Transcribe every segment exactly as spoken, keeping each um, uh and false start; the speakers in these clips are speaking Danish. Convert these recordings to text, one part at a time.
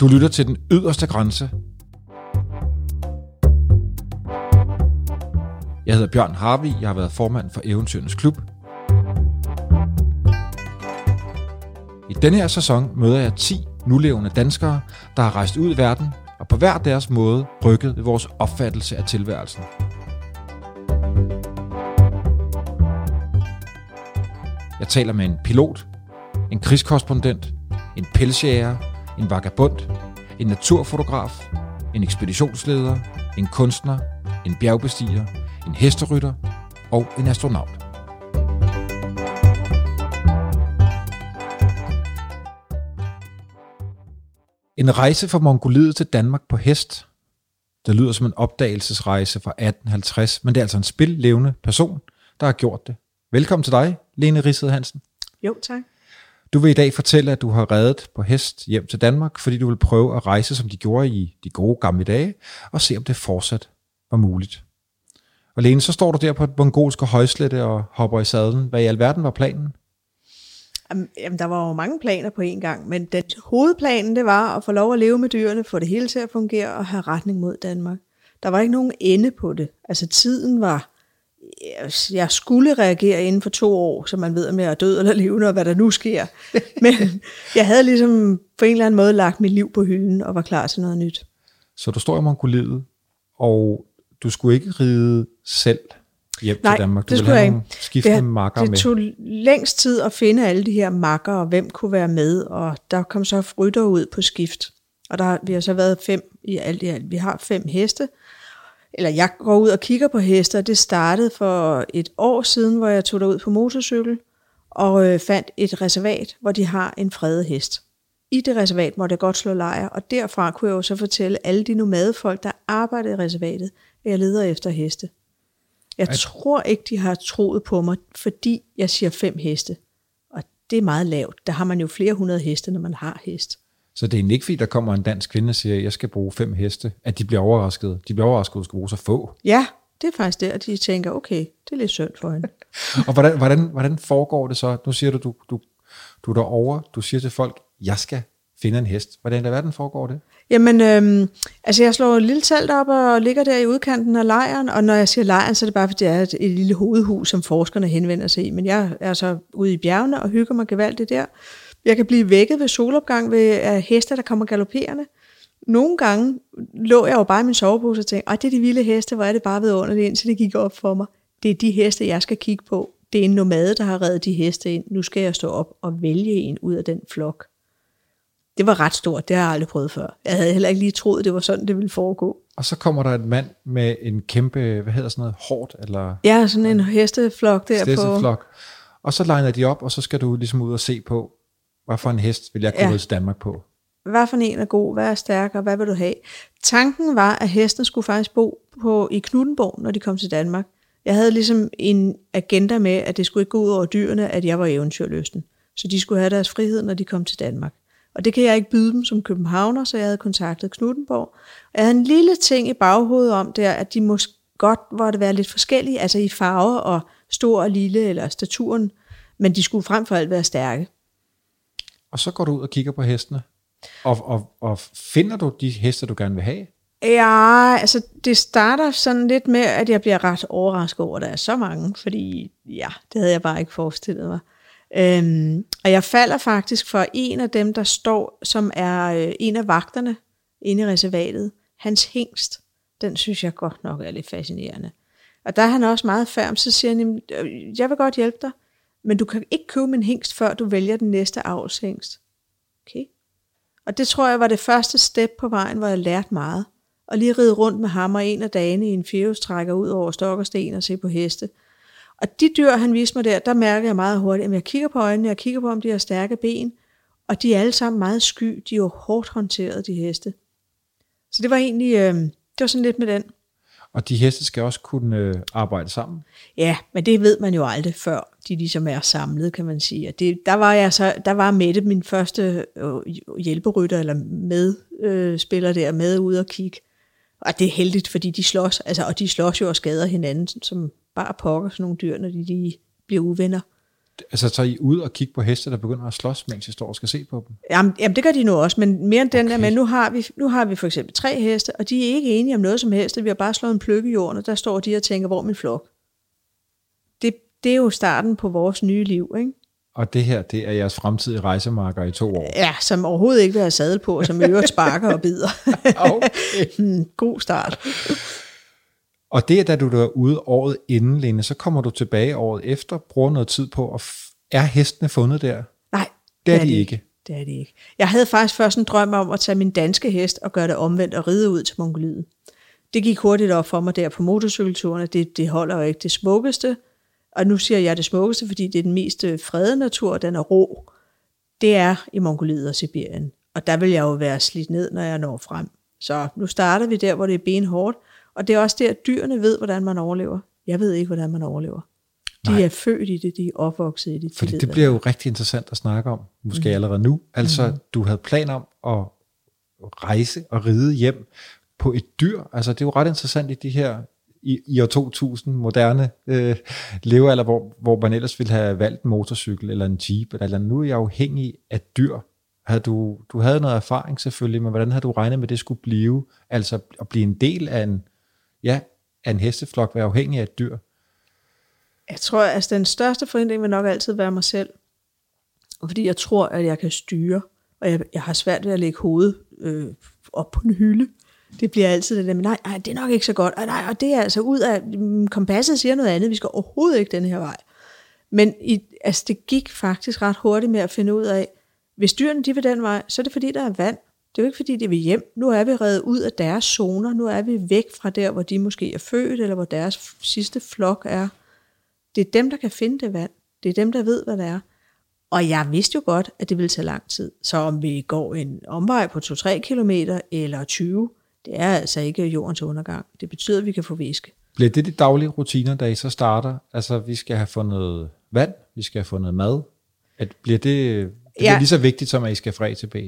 Du lytter til Den Yderste Grænse. Jeg hedder Bjørn Harvig, jeg har været formand for Eventyrernes Klub. I denne her sæson møder jeg ti nulevende danskere, der har rejst ud i verden og på hver deres måde rykket ved vores opfattelse af tilværelsen. Jeg taler med en pilot, en krigskorrespondent, en pelsjæger, en vagabond, en naturfotograf, en ekspeditionsleder, en kunstner, en bjergbestiger, en hesterytter og en astronaut. En rejse fra Mongoliet til Danmark på hest. Det lyder som en opdagelsesrejse fra atten halvtreds, men det er altså en spillevende person, der har gjort det. Velkommen til dig, Lene Ridsted Hansen. Jo, tak. Du vil i dag fortælle, at du har reddet på hest hjem til Danmark, fordi du vil prøve at rejse, som de gjorde i de gode gamle dage, og se, om det fortsat var muligt. Og Lene, så står du der på et mongolske højslette og hopper i sadlen. Hvad i alverden var planen? Jamen, der var jo mange planer på en gang, men den hovedplanen, det var at få lov at leve med dyrene, få det hele til at fungere og have retning mod Danmark. Der var ikke nogen ende på det. Altså, tiden var... Jeg skulle reagere inden for to år, så man ved, om jeg er død eller levende, og hvad der nu sker. Men jeg havde ligesom på en eller anden måde lagt mit liv på hylden og var klar til noget nyt. Så du står i Mongoliet, og du skulle ikke ride selv hjem Nej, til Danmark? Du det skulle jeg ikke. Skiftende makker med? Det tog længst tid at finde alle de her makker, og hvem kunne være med, og der kom så rytter ud på skift. Og der vi har så været fem i alt i alt. Vi har fem heste, eller jeg går ud og kigger på heste, og det startede for et år siden, hvor jeg tog derud på motorcykel, og øh, fandt et reservat, hvor de har en fredet hest. I det reservat måtte jeg godt slå lejr, og derfra kunne jeg jo så fortælle alle de nomadefolk, der arbejdede i reservatet, at jeg leder efter heste. Jeg Ej. tror ikke, de har troet på mig, fordi jeg siger fem heste. Og det er meget lavt. Der har man jo flere hundrede heste, når man har hest. Så det er ikke fordi, der kommer en dansk kvinde og siger, at jeg skal bruge fem heste, at de bliver overrasket. De bliver overrasket, at du skal bruge så få. Ja, det er faktisk det, og de tænker, okay, det er lidt synd for hende. Og hvordan, hvordan, hvordan foregår det så? Nu siger du, du, du, du er derovre, du siger til folk, jeg skal finde en hest. Hvordan i verden foregår det? Jamen, øhm, altså jeg slår et lille telt op og ligger der i udkanten af lejren, og når jeg siger lejren, så er det bare, fordi det er et, et lille hovedhus, som forskerne henvender sig i. Men jeg er så ude i bjergene og hygger mig gevaldigt der. Jeg kan blive vækket ved solopgang ved uh, heste, der kommer galopperende. Nogle gange lå jeg jo bare i min sovepose og tænkte, det er de vilde heste, hvor er det bare vidunderligt, indtil det gik op for mig. Det er de heste, jeg skal kigge på. Det er en nomade, der har reddet de heste ind. Nu skal jeg stå op og vælge en ud af den flok. Det var ret stort, det har jeg aldrig prøvet før. Jeg havde heller ikke lige troet, det var sådan, det ville foregå. Og så kommer der en mand med en kæmpe, hvad hedder sådan noget, hårdt? Eller ja, sådan en hesteflok der hesteflok. på. Og så liner de op, og så skal du ligesom ud og se på, hvad for en hest vil jeg kunne ja. til Danmark på? Hvad for en er god, hvad er stærkere, hvad vil du have? Tanken var, at hestene skulle faktisk bo på, i Knuthenborg, når de kom til Danmark. Jeg havde ligesom en agenda med, at det skulle ikke gå ud over dyrene, at jeg var eventyrlysten. Så de skulle have deres frihed, når de kom til Danmark. Og det kan jeg ikke byde dem som københavner, så jeg havde kontaktet Knuthenborg. Og jeg havde en lille ting i baghovedet om der, at de måske godt måtte være lidt forskellige, altså i farver og stor og lille, eller staturen, men de skulle frem for alt være stærke. Og så går du ud og kigger på hestene, og, og, og finder du de heste, du gerne vil have? Ja, altså det starter sådan lidt med, at jeg bliver ret overrasket over, at der er så mange, fordi ja, det havde jeg bare ikke forestillet mig. Øhm, og jeg falder faktisk for en af dem, der står, som er øh, en af vagterne inde i reservatet. Hans hingst, den synes jeg godt nok er lidt fascinerende. Og der er han også meget færm, så siger han, jeg vil godt hjælpe dig, men du kan ikke købe min hingst, før du vælger den næste avlshingst. Okay. Og det tror jeg var det første step på vejen, hvor jeg lærte meget. Og lige ride rundt med ham og en af dagene i en firehjulstrækker ud over stok og sten og se på heste. Og de dyr, han viste mig der, der mærker jeg meget hurtigt, at jeg kigger på øjnene, jeg kigger på, om de har stærke ben, og de er alle sammen meget sky, de er jo hårdt håndteret, de heste. Så det var egentlig, øh, det var sådan lidt med den. Og de heste skal også kunne øh, arbejde sammen? Ja, men det ved man jo aldrig, før de ligesom er samlet, kan man sige. Og det, der var jeg så, der var Mette, min første øh, hjælperytter, eller medspiller øh, der, med ude og kigge. Og det er heldigt, fordi de slås, altså, og de slås jo og skader hinanden, som bare pokker sådan nogle dyr, når de, de bliver uvenner. Altså, så er I ude og kigge på heste, der begynder at slås, mens I står og skal se på dem? Jamen, jamen det gør de nu også, men mere end den Okay. der, men nu har, vi, nu har vi for eksempel tre heste, og de er ikke enige om noget som helst, vi har bare slået en pløk i jorden, og der står de og tænker, hvor er min flok? Det, det er jo starten på vores nye liv, ikke? Og det her, det er jeres fremtidige rejsemarker i to år? Ja, som overhovedet ikke vil have sadel på, og som i øvrigt sparker og bider. Okay. God start. Og det er, da du er ude året inden, Lene, så kommer du tilbage året efter, bruger noget tid på, at f- er hestene fundet der? Nej, Det er de ikke. Det er de ikke. Jeg havde faktisk først en drøm om at tage min danske hest og gøre det omvendt og ride ud til Mongoliet. Det gik hurtigt op for mig der på motorcykelturene. Det, det holder jo ikke det smukkeste. Og nu siger jeg det smukkeste, fordi det er den mest fredede natur, den er rå. Det er i Mongoliet og Sibirien. Og der vil jeg jo være slidt ned, når jeg når frem. Så nu starter vi der, hvor det er benhårdt. Og det er også der, at dyrene ved, hvordan man overlever. Jeg ved ikke, hvordan man overlever. De Nej. er født i det, de er opvokset i det. De Fordi ved, det bliver jo rigtig interessant at snakke om, måske mm. allerede nu. Altså, mm. du havde plan om at rejse og ride hjem på et dyr. Altså, det er jo ret interessant i de her, i, i år to tusind, moderne øh, levealder, hvor, hvor man ellers ville have valgt en motorcykel eller en jeep, eller, eller nu er jeg afhængig af dyr. Havde du, du havde noget erfaring selvfølgelig, men hvordan havde du regnet med, at det skulle blive? Altså, at blive en del af en, ja, af en hesteflok, være afhængig af et dyr? Jeg tror, at altså, den største forhindring vil nok altid være mig selv. Fordi jeg tror, at jeg kan styre, og jeg, jeg har svært ved at lægge hovedet øh, op på en hylde. Det bliver altid det der, men nej, nej, det er nok ikke så godt. Og nej, og det er altså ud af, kompasset siger noget andet, vi skal overhovedet ikke den her vej. Men i, altså, det gik faktisk ret hurtigt med at finde ud af, hvis dyrene de vil den vej, så er det fordi, der er vand. Det er jo ikke fordi, de vil hjem. Nu er vi reddet ud af deres zoner, nu er vi væk fra der, hvor de måske er født, eller hvor deres sidste flok er. Det er dem, der kan finde det vand. Det er dem, der ved, hvad det er. Og jeg vidste jo godt, at det ville tage lang tid. Så om vi går en omvej på to til tre kilometer eller tyve, det er altså ikke jordens undergang. Det betyder, at vi kan få væske. Bliver det de daglige rutiner, der I så starter? Altså, vi skal have fundet vand, vi skal have fundet mad. At bliver det, det bliver Ja. lige så vigtigt, som at I skal fra A til B?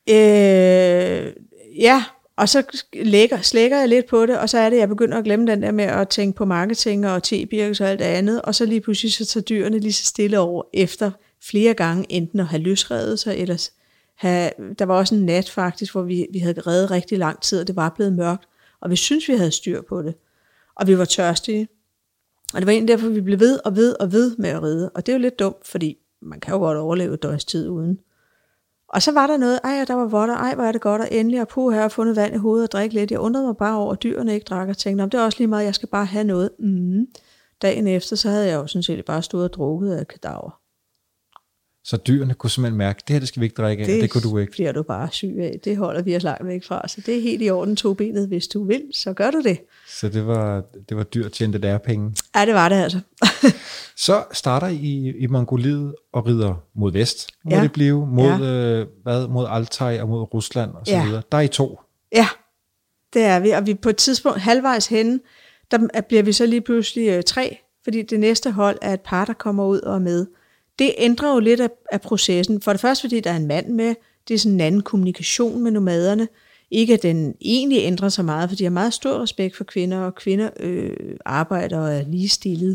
Øh, ja, og så lægger, slækker jeg lidt på det, og så er det, jeg begynder at glemme den der med at tænke på marketing og tebirkes og alt andet, og så lige pludselig så tager dyrene lige så stille over efter flere gange, enten at have løsredet sig, eller have, der var også en nat faktisk, hvor vi, vi havde reddet rigtig lang tid, og det var blevet mørkt, og vi synes vi havde styr på det, og vi var tørstige, og det var egentlig derfor, vi blev ved og ved og ved med at ride, og det er jo lidt dumt, fordi man kan jo godt overleve et døgns tid uden. Og så var der noget, ej, der var vådt, ej, hvor er det godt, og endelig, og puh, her har fundet vand i hovedet og drikke lidt. Jeg undrede mig bare over, at dyrene ikke drak, og tænkte, det er også lige meget, jeg skal bare have noget. Mm. Dagen efter, så havde jeg jo sådan set bare stået og drukket af kadaver. Så dyrene kunne simpelthen mærke, det her det skal vi ikke drikke af, det, det kunne du ikke. Det bliver du bare syg af. Det holder vi os langt væk fra. Så det er helt i orden tobenet. Hvis du vil, så gør du det. Så det var, det var dyrt tjente der penge. Ja, det var det altså. Så starter I i Mongoliet og rider mod vest, må Ja. det blive, mod, Ja. øh, hvad, mod Altai og mod Rusland og så Ja. videre. Der er I to. Ja, det er vi. Og vi på et tidspunkt, halvvejs henne, der bliver vi så lige pludselig øh, tre, fordi det næste hold er et par, der kommer ud og er med. Det ændrer jo lidt af, af processen. For det første, fordi der er en mand med. Det er sådan en anden kommunikation med nomaderne. Ikke at den egentlig ændrer sig meget, fordi jeg har meget stor respekt for kvinder, og kvinder øh, arbejder og er ligestillet.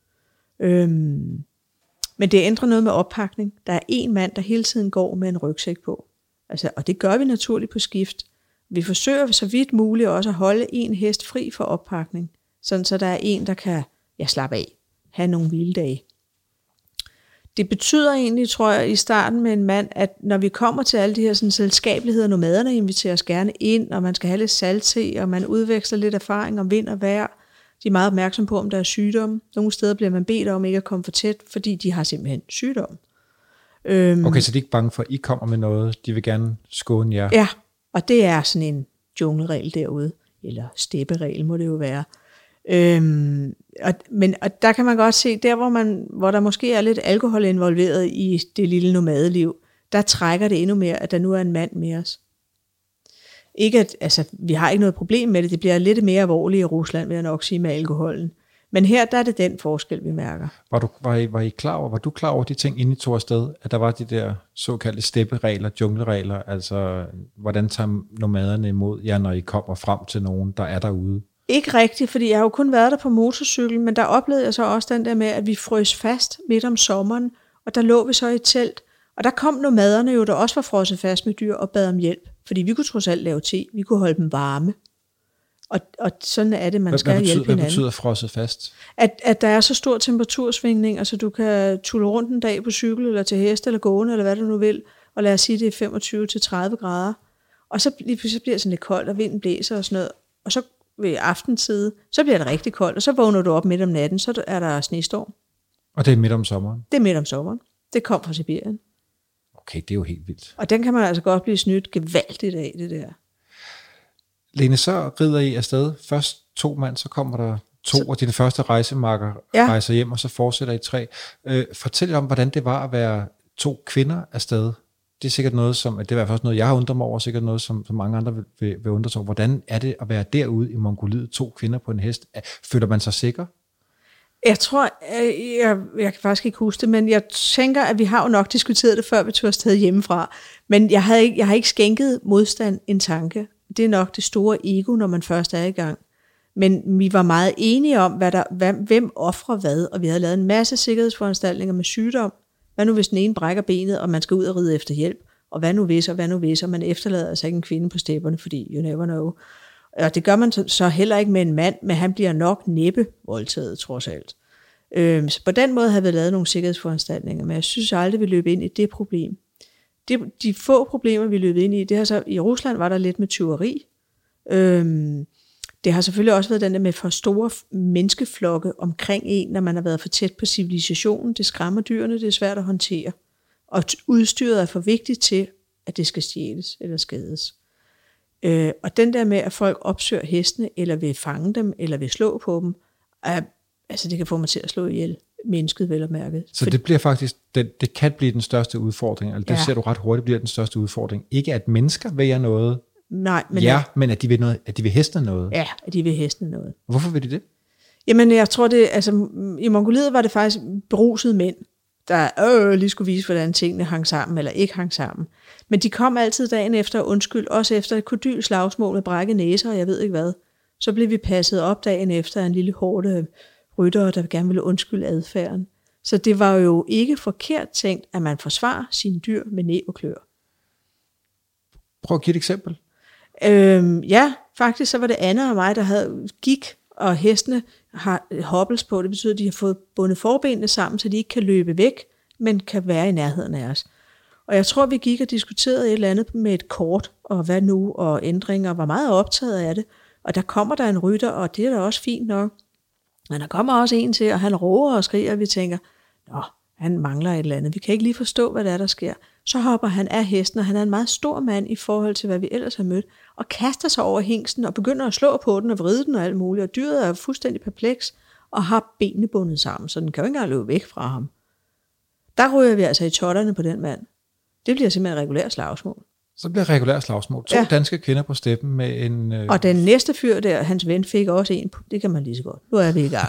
Øhm, men det ændrer noget med oppakning. Der er en mand, der hele tiden går med en rygsæk på. Altså, og det gør vi naturligt på skift. Vi forsøger så vidt muligt også at holde en hest fri for oppakning, sådan så der er en, der kan ja, slappe af, have nogle hviledage. Det betyder egentlig, tror jeg, i starten med en mand, at når vi kommer til alle de her sådan, selskabeligheder, nomaderne inviterer os gerne ind, og man skal have lidt salte, og man udveksler lidt erfaring om vind og vejr. De er meget opmærksomme på, om der er sygdomme. Nogle steder bliver man bedt om ikke at komme for tæt, fordi de har simpelthen sygdom. Øhm, Okay, så de er ikke bange for, at I kommer med noget. De vil gerne skåne jer. Ja, og det er sådan en jungleregel derude, eller stepperegel må det jo være. Øhm, og, men og der kan man godt se, der hvor, man, hvor der måske er lidt alkohol involveret i det lille nomadeliv, der trækker det endnu mere, at der nu er en mand med os. Ikke at, altså, vi har ikke noget problem med det, det bliver lidt mere alvorligt i Rusland, vil jeg nok sige, med alkoholen. Men her, der er det den forskel, vi mærker. Var du, var, I, var I klar over, var du klar over de ting, inden I tog afsted, at der var de der såkaldte stepperegler, jungleregler, altså hvordan tager nomaderne imod jer, når I kommer frem til nogen, der er derude? Ikke rigtigt, fordi jeg har jo kun været der på motorcykel, men der oplevede jeg så også den der med, at vi frøs fast midt om sommeren, og der lå vi så i et telt, og der kom nomaderne jo, der også var frosset fast med dyr og bad om hjælp, fordi vi kunne trods alt lave te, vi kunne holde dem varme. Og, og sådan er det, man hvad, skal hvad betyder, hjælpe hinanden. Hvad betyder frosset fast? At, at der er så stor temperatursvingning, altså du kan tulle rundt en dag på cykel, eller til hest, eller gående, eller hvad du nu vil, og lad os sige, det er femogtyve til tredive grader, og så, så bliver det sådan lidt koldt, og vinden blæser og sådan noget, og så ved aftentid, så bliver det rigtig koldt, og så vågner du op midt om natten, så er der snestorm. Og det er midt om sommeren? Det er midt om sommeren. Det kom fra Sibirien. Okay, det er jo helt vildt. Og den kan man altså godt blive snydt gevaldigt af, det der. Lene, så rider I afsted. Først to mand, så kommer der to, så, og dine første rejsemarker ja. rejser hjem, og så fortsætter I tre. Øh, fortæl om, hvordan det var at være to kvinder afsted. Det er sikkert noget, som, det er i hvert fald noget, jeg har undret mig over, sikkert noget, som, som mange andre vil, vil, vil undre sig over. Hvordan er det at være derude i Mongoliet, to kvinder på en hest? Føler man sig sikker? Jeg tror, jeg, jeg, jeg kan faktisk ikke huske det, men jeg tænker, at vi har jo nok diskuteret det, før vi tog afsted hjemmefra. Men jeg, havde ikke, jeg har ikke skænket modstand en tanke. Det er nok det store ego, når man først er i gang. Men vi var meget enige om, hvad der, hvem, hvem offrer hvad, og vi havde lavet en masse sikkerhedsforanstaltninger med sygdom. Hvad nu hvis den ene brækker benet, og man skal ud og ride efter hjælp? Og hvad nu hvis, og hvad nu hvis, og man efterlader altså ikke en kvinde på stepperne, fordi you never know. Og det gør man så heller ikke med en mand, men han bliver nok næppe voldtaget, trods alt. Øhm, så på den måde havde vi lavet nogle sikkerhedsforanstaltninger, men jeg synes aldrig, vi løb ind i det problem. Det, de få problemer, vi løb ind i, det har så, i Rusland var der lidt med tyveri. Øhm, det har selvfølgelig også været den der med for store menneskeflokke omkring en, når man har været for tæt på civilisationen. Det skræmmer dyrene, det er svært at håndtere. Og udstyret er for vigtigt til, at det skal stjæles eller skades. Øh, og den der med, at folk opsøger hestene, eller vil fange dem, eller vil slå på dem, er, altså det kan få mig til at slå ihjel. Mennesket vel og mærket. Så det bliver faktisk, det, det kan blive den største udfordring, eller det ja. ser du ret hurtigt bliver den største udfordring. Ikke at mennesker vælger noget, nej, men ja, at, men at de vil noget, at de vil hestene noget. Ja, at de vil hestene noget. Hvorfor vil de det? Jamen jeg tror det, altså i Mongoliet var det faktisk berusede mænd, der øh, lige skulle vise, hvordan tingene hang sammen, eller ikke hang sammen. Men de kom altid dagen efter, undskyld, også efter et kodylslagsmål med brækket næser, og jeg ved ikke hvad. Så blev vi passet op dagen efter af en lille hårde ryttere, der gerne ville undskylde adfærden. Så det var jo ikke forkert tænkt, at man forsvarer sine dyr med næb og klør. Prøv at give et eksempel. Øhm, ja, faktisk så var det Anna og mig, der havde gik, og hestene har hoppels på. Det betyder, at de har fået bundet forbenene sammen, så de ikke kan løbe væk, men kan være i nærheden af os. Og jeg tror, vi gik og diskuterede et eller andet med et kort, og hvad nu, og ændringer, og var meget optaget af det. Og der kommer der en rytter, og det er da også fint nok. Men der kommer også en til, og han råber og skriger, og vi tænker, nå, han mangler et eller andet. Vi kan ikke lige forstå, hvad der er, der sker. Så hopper han af hesten, og han er en meget stor mand i forhold til, hvad vi ellers har mødt, og kaster sig over hængsten og begynder at slå på den og vride den og alt muligt. Og dyret er fuldstændig perpleks og har benene bundet sammen, så den kan jo ikke engang løbe væk fra ham. Der ryger vi altså i totterne på den mand. Det bliver simpelthen regulær slagsmål. Så bliver regulær slagsmål. To ja. danske kvinder på steppen med en... Øh... Og den næste fyr der, hans ven, fik også en på. Det kan man lige så godt. Nu er vi i gang.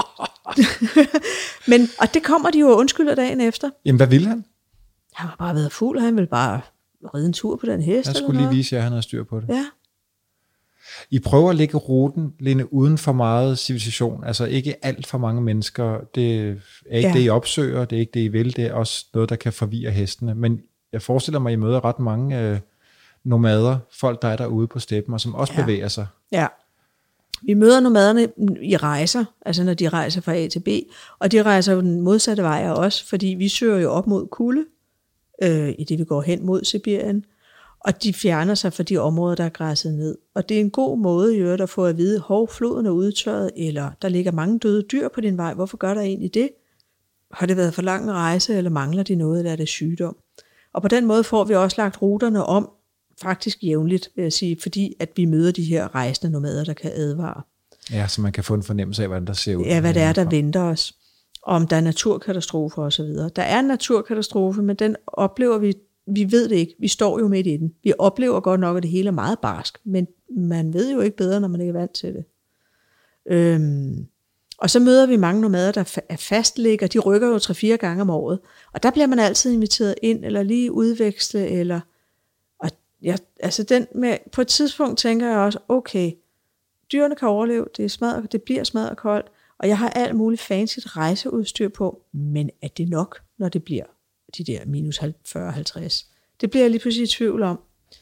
Men, og det kommer de jo undskylder dagen efter. Jamen, hvad ville han? Han var bare været fuld, og han ville bare ride en tur på den hest. Jeg skulle lige vise jer, at han havde styr på det. Ja. I prøver at lægge ruten, Lene, uden for meget civilisation. Altså ikke alt for mange mennesker. Det er ikke ja. det, I opsøger. Det er ikke det, I vil. Det er også noget, der kan forvirre hestene. Men jeg forestiller mig, at I møder ret mange øh, nomader, folk, der er derude på steppen, og som også ja. bevæger sig. Ja. Vi møder nomaderne i rejser, altså når de rejser fra A til B, og de rejser jo den modsatte vej også, fordi vi søger jo op mod kulde, øh, i det vi går hen mod Sibirien, og de fjerner sig fra de områder, der er græsset ned. Og det er en god måde jo, at få at vide, hov, floden er udtørret, eller der ligger mange døde dyr på din vej, hvorfor gør der egentlig det? Har det været for lang en rejse, eller mangler de noget, eller er det sygdom? Og på den måde får vi også lagt ruterne om, faktisk jævnligt, vil jeg sige, fordi at vi møder de her rejsende nomader, der kan advare. Ja, så man kan få en fornemmelse af, hvordan der ser ud. Ja, hvad det er, der venter os. Og om der er naturkatastrofer osv. Der er en naturkatastrofe, men den oplever vi, vi ved det ikke. Vi står jo midt i den. Vi oplever godt nok, at det hele er meget barsk, men man ved jo ikke bedre, når man ikke er vant til det. Øhm, og så møder vi mange nomader, der er fastligger. De rykker jo tre-fire gange om året. Og der bliver man altid inviteret ind, eller lige udveksle, eller... Ja, altså den med, på et tidspunkt tænker jeg også, okay, Dyrene kan overleve, det, er smadret, det bliver smadret koldt, og jeg har alt muligt fancy rejseudstyr på, men er det nok, når det bliver de der minus fyrre halvtreds? Det bliver jeg lige pludselig i tvivl om.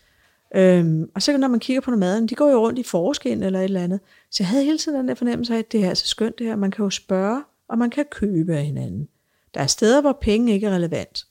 Øhm, og så når man kigger på noget maden, de går jo rundt i forskin eller et eller andet. Så jeg havde hele tiden den der fornemmelse af, at det er så skønt det her. Man kan jo spørge, og man kan købe af hinanden. Der er steder, hvor penge ikke er relevant.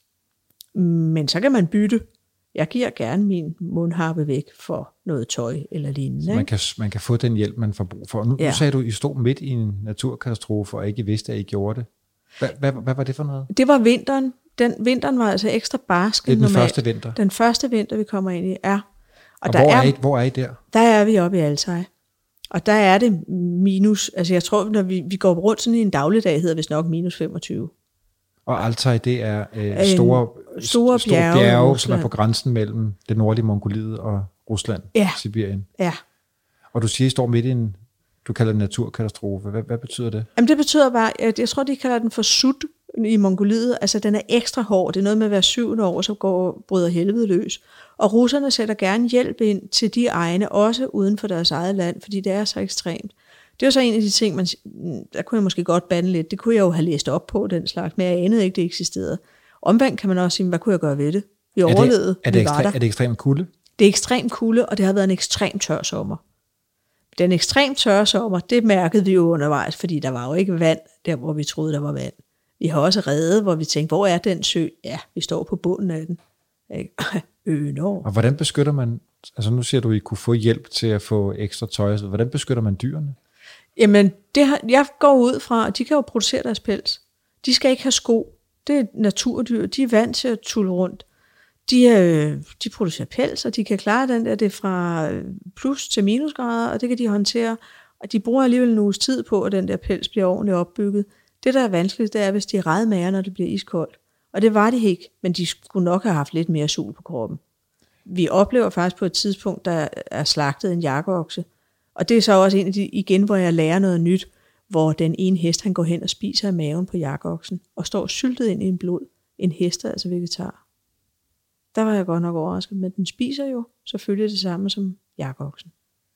Men så kan man bytte. Jeg giver gerne min mundharpe væk for noget tøj eller lignende. Så man kan, man kan få den hjælp, man får brug for. Og nu, ja. nu sagde du, at I stod midt i en naturkatastrofe, og ikke vidste, at I gjorde det. Hvad, hvad, hvad var det for noget? Det var vinteren. Den vinteren var altså ekstra barsk. Det er den normalt. første vinter? Den første vinter, vi kommer ind i, er. Og, og der hvor, er, er I, hvor er I der? Der er vi oppe i Altaj. Og der er det minus, altså jeg tror, når vi, vi går rundt sådan i en dagligdag, hedder det nok minus femogtyve. Og Altaj, det er øh, store, store st- bjerge, bjerge som er på grænsen mellem det nordlige Mongoliet og Rusland, ja. Sibirien. Ja. Og du siger, I står midt i en, du kalder det en naturkatastrofe. Hvad, hvad betyder det? Jamen det betyder bare, at jeg tror, de kalder den for sut i Mongoliet. Altså den er ekstra hård. Det er noget med at være syvende år, så går bryder helvede løs. Og russerne sætter gerne hjælp ind til de egne, også uden for deres eget land, fordi det er så ekstremt. Det er så en af de ting, man, der kunne jeg måske godt bande lidt. Det kunne jeg jo have læst op på, den slags, men jeg anede ikke, det eksisterede. Omvendt kan man også sige, hvad kunne jeg gøre ved det? Vi overlevede, er det, er det, ekstre, er det ekstremt kulde? Det er ekstremt kulde, og det har været en ekstremt tør sommer. Den ekstremt tørre sommer, det mærkede vi jo undervejs, fordi der var jo ikke vand, der hvor vi troede, der var vand. Vi har også reddet, hvor vi tænkte, hvor er den sø? Ja, vi står på bunden af den. Øh, no. Og hvordan beskytter man, altså nu siger du, at I kunne få hjælp til at få ekstra tøj, hvordan beskytter man dyrene? Jamen, det har, jeg går ud fra, at de kan jo producere deres pels. De skal ikke have sko. Det er naturdyr. De er vant til at tulle rundt. De, øh, de producerer pels, og de kan klare den der, det er fra plus til minusgrader, og det kan de håndtere. Og de bruger alligevel en uges tid på, at den der pels bliver ordentligt opbygget. Det, der er vanskeligt, det er, hvis de er redmager, når det bliver iskoldt. Og det var de ikke, men de skulle nok have haft lidt mere sol på kroppen. Vi oplever faktisk på et tidspunkt, der er slagtet en jakkeokse. Og det er så også en af de, igen, hvor jeg lærer noget nyt, hvor den ene hest, han går hen og spiser af maven på jakkeoksen, og står syltet ind i en blod. En hest er altså vegetar. Der var jeg godt nok overrasket, men den spiser jo selvfølgelig det samme som jakkeoksen.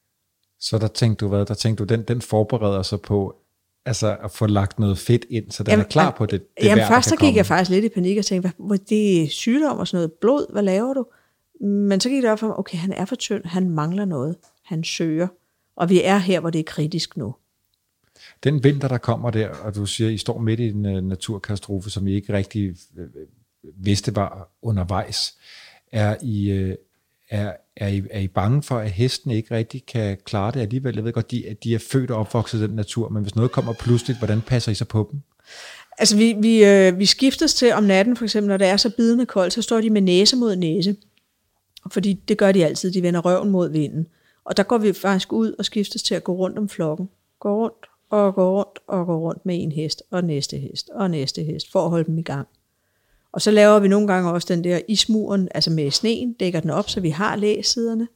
Så der tænkte du hvad? Der tænkte du, den, den forbereder sig på altså at få lagt noget fedt ind, så den jamen, er klar på det, det jamen vejr, først så gik komme. Jeg faktisk lidt i panik og tænkte, hvad, det er sygdom og sådan noget blod, hvad laver du? Men så gik det op for mig, okay, han er for tynd, han mangler noget, han søger, og vi er her, hvor det er kritisk nu. Den vinter, der kommer der, og du siger, I står midt i en uh, naturkatastrofe, som I ikke rigtig uh, vidste var undervejs, er I, uh, er, er, I, er I bange for, at hesten ikke rigtig kan klare det alligevel? Jeg ved godt, de, at de er født og opvokset i den natur, men hvis noget kommer pludseligt, hvordan passer I så på dem? Altså, vi, vi, øh, vi skiftes til om natten, for eksempel, når det er så bidende koldt, så står de med næse mod næse. Fordi det gør de altid, de vender røven mod vinden. Og der går vi faktisk ud og skiftes til at gå rundt om flokken. Gå rundt og gå rundt og gå rundt med en hest, og næste hest, og næste hest, for at holde dem i gang. Og så laver vi nogle gange også den der ismuren, altså med sneen, dækker den op, så vi har læsiderne.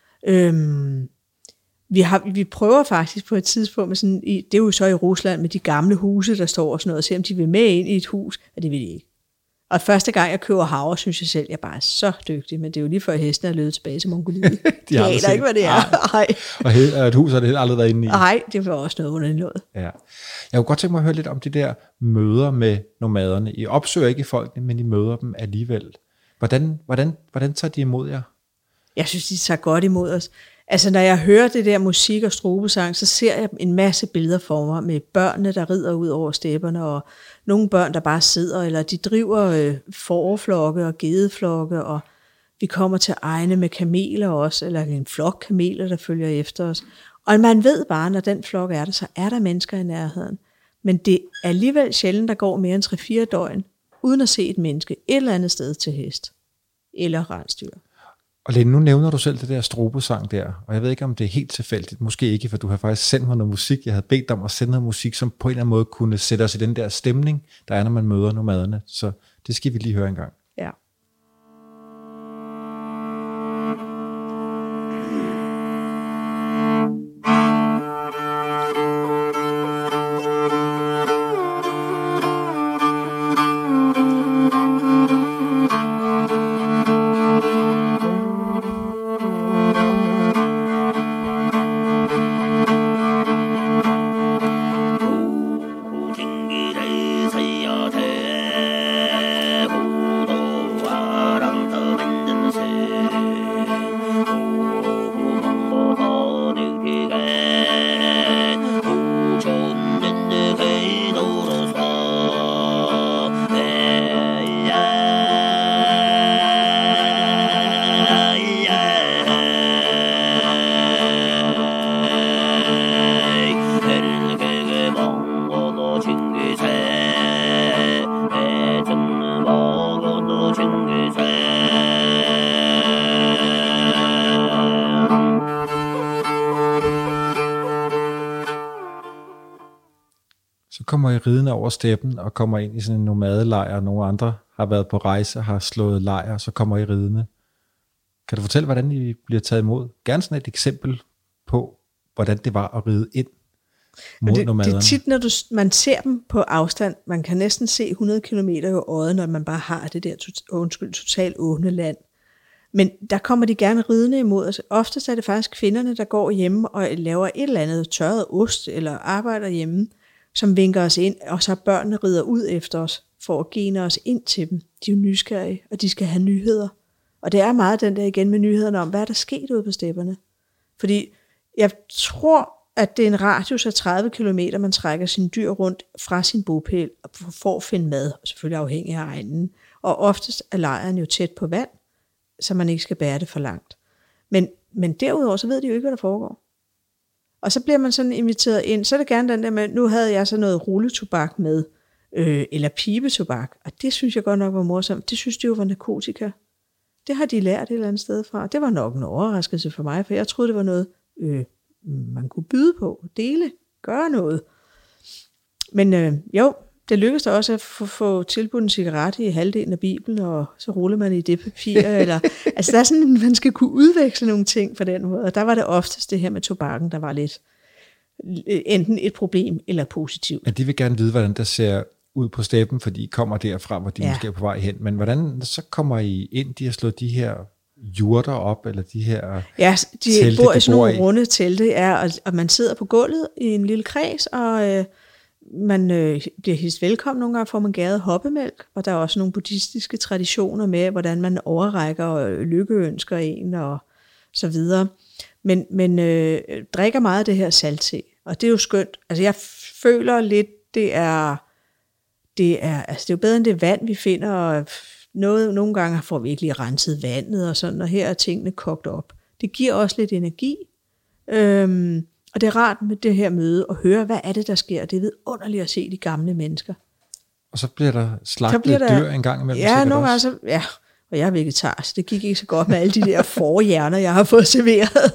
Øhm, vi, har, vi prøver faktisk på et tidspunkt, med sådan, i, det er jo så i Rusland, med de gamle huse, der står og sådan noget, og se om de vil med ind i et hus, og det vil de ikke. Og første gang jeg køber havre, synes jeg selv, jeg bare er så dygtig, men det er jo lige før hesten er løbet tilbage til Mongoliet. De har aner ikke, hvad det er. Nej. Og he- et hus har det aldrig været inde i. Nej, det var også noget underligt noget. Ja. Jeg kunne godt tænke mig at høre lidt om de der møder med nomaderne. I opsøger ikke folkene, men I møder dem alligevel. Hvordan, hvordan, hvordan tager de imod jer? Jeg synes, de tager godt imod os. Altså, når jeg hører det der musik og strubesang, så ser jeg en masse billeder for mig med børnene, der rider ud over stepperne, og nogle børn, der bare sidder, eller de driver øh, fåreflokke og gedeflokke, og vi kommer til egne med kameler også, eller en flok kameler, der følger efter os. Og man ved bare, når den flok er der, så er der mennesker i nærheden. Men det er alligevel sjældent, der går mere end tre fire døgn, uden at se et menneske et eller andet sted til hest, eller rensdyr. Og Lene, nu nævner du selv det der strobesang der, og jeg ved ikke, om det er helt tilfældigt, måske ikke, for du har faktisk sendt mig noget musik, jeg havde bedt dig om at sende noget musik, som på en eller anden måde kunne sætte os i den der stemning, der er, når man møder nomaderne, så det skal vi lige høre en gang. Ja. kommer I ridende over steppen og kommer ind i sådan en nomadelejr, og nogle andre har været på rejse og har slået lejr, så kommer I ridende. Kan du fortælle, hvordan I bliver taget imod? Gerne sådan et eksempel på, hvordan det var at ride ind mod det, nomaderne. Det er tit, når du, man ser dem på afstand. Man kan næsten se hundrede kilometer i øjet, når man bare har det der to, undskyld, totalt åbne land. Men der kommer de gerne ridende imod os. Oftest er det faktisk kvinderne, der går hjemme og laver et eller andet tørret ost eller arbejder hjemme, som vinker os ind, og så børnene rider ud efter os for at gene os ind til dem. De er jo nysgerrige, og de skal have nyheder. Og det er meget den der igen med nyhederne om, hvad er der sket ude på stepperne. Fordi jeg tror, at det er en radius af tredive kilometer, man trækker sin dyr rundt fra sin bopæl for at finde mad, og selvfølgelig afhængig af egnen. Og oftest er lejren jo tæt på vand, så man ikke skal bære det for langt. Men, men derudover, så ved de jo ikke, hvad der foregår. Og så bliver man sådan inviteret ind, så er det gerne den der med, nu havde jeg så noget rulletobak med, øh, eller pibetobak, og det synes jeg godt nok var morsomt. Det synes de jo var narkotika. Det har de lært et eller andet sted fra. Det var nok en overraskelse for mig, for jeg troede, det var noget, øh, man kunne byde på, dele, gøre noget. Men øh, jo, det lykkedes da også at få, få tilbudt en cigaret i halvdelen af Bibelen, og så ruller man i det papir. eller, altså der er sådan, man skal kunne udveksle nogle ting på den måde. Og der var det oftest det her med tobakken, der var lidt enten et problem eller positivt. Men de vil gerne vide, hvordan der ser ud på steppen, fordi I kommer derfra, hvor de ja. måske er på vej hen. Men hvordan så kommer I ind, de har slået de her jurter op, eller de her ja, de telte, bor i sådan nogle i. runde telte, ja, og, og man sidder på gulvet i en lille kreds, og øh, man øh, bliver hilst velkommen. Nogle gange får man gæret hoppemælk, og der er også nogle buddhistiske traditioner med, hvordan man overrækker og lykkeønsker en, og så videre. Men, men øh, drikker meget af det her saltte, og det er jo skønt. Altså jeg føler lidt, det er, det er, altså det er jo bedre end det vand, vi finder, og noget, nogle gange får vi ikke lige renset vandet, og sådan, og her er tingene kogt op. Det giver også lidt energi, øhm, og det er rart med det her møde, og høre, hvad er det, der sker. Det er vidunderligt at se de gamle mennesker. Og så bliver der slagtet bliver der, dyr en gang imellem. Ja, nogle gange så, ja, og jeg er vegetar, så det gik ikke så godt med alle de der forhjerner, jeg har fået serveret.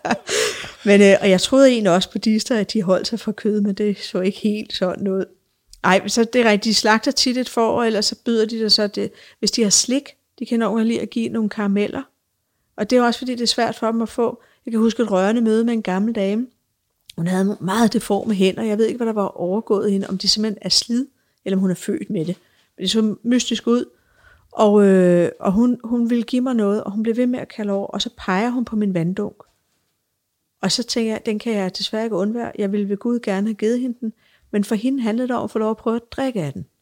men, øh, og jeg troede egentlig også på Dister, at de holdt sig fra kød, men det så ikke helt sådan noget. Ej, så det er rigtigt, de slagter tit et får, eller så byder de det så, det, hvis de har slik, de kan nok lige at give nogle karameller. Og det er også fordi, det er svært for dem at få. Jeg kan huske et rørende møde med en gammel dame. Hun havde meget deforme hænder, jeg ved ikke, hvad der var overgået hende, om de simpelthen er slid, eller om hun er født med det. Men det så mystisk ud. Og, øh, og hun, hun ville give mig noget, og hun blev ved med at kalde over, og så peger hun på min vanddunk. Og så tænker jeg, den kan jeg desværre ikke undvære. Jeg ville ved Gud gerne have givet hende den, men for hende handlede det om at få lov at prøve at drikke af den.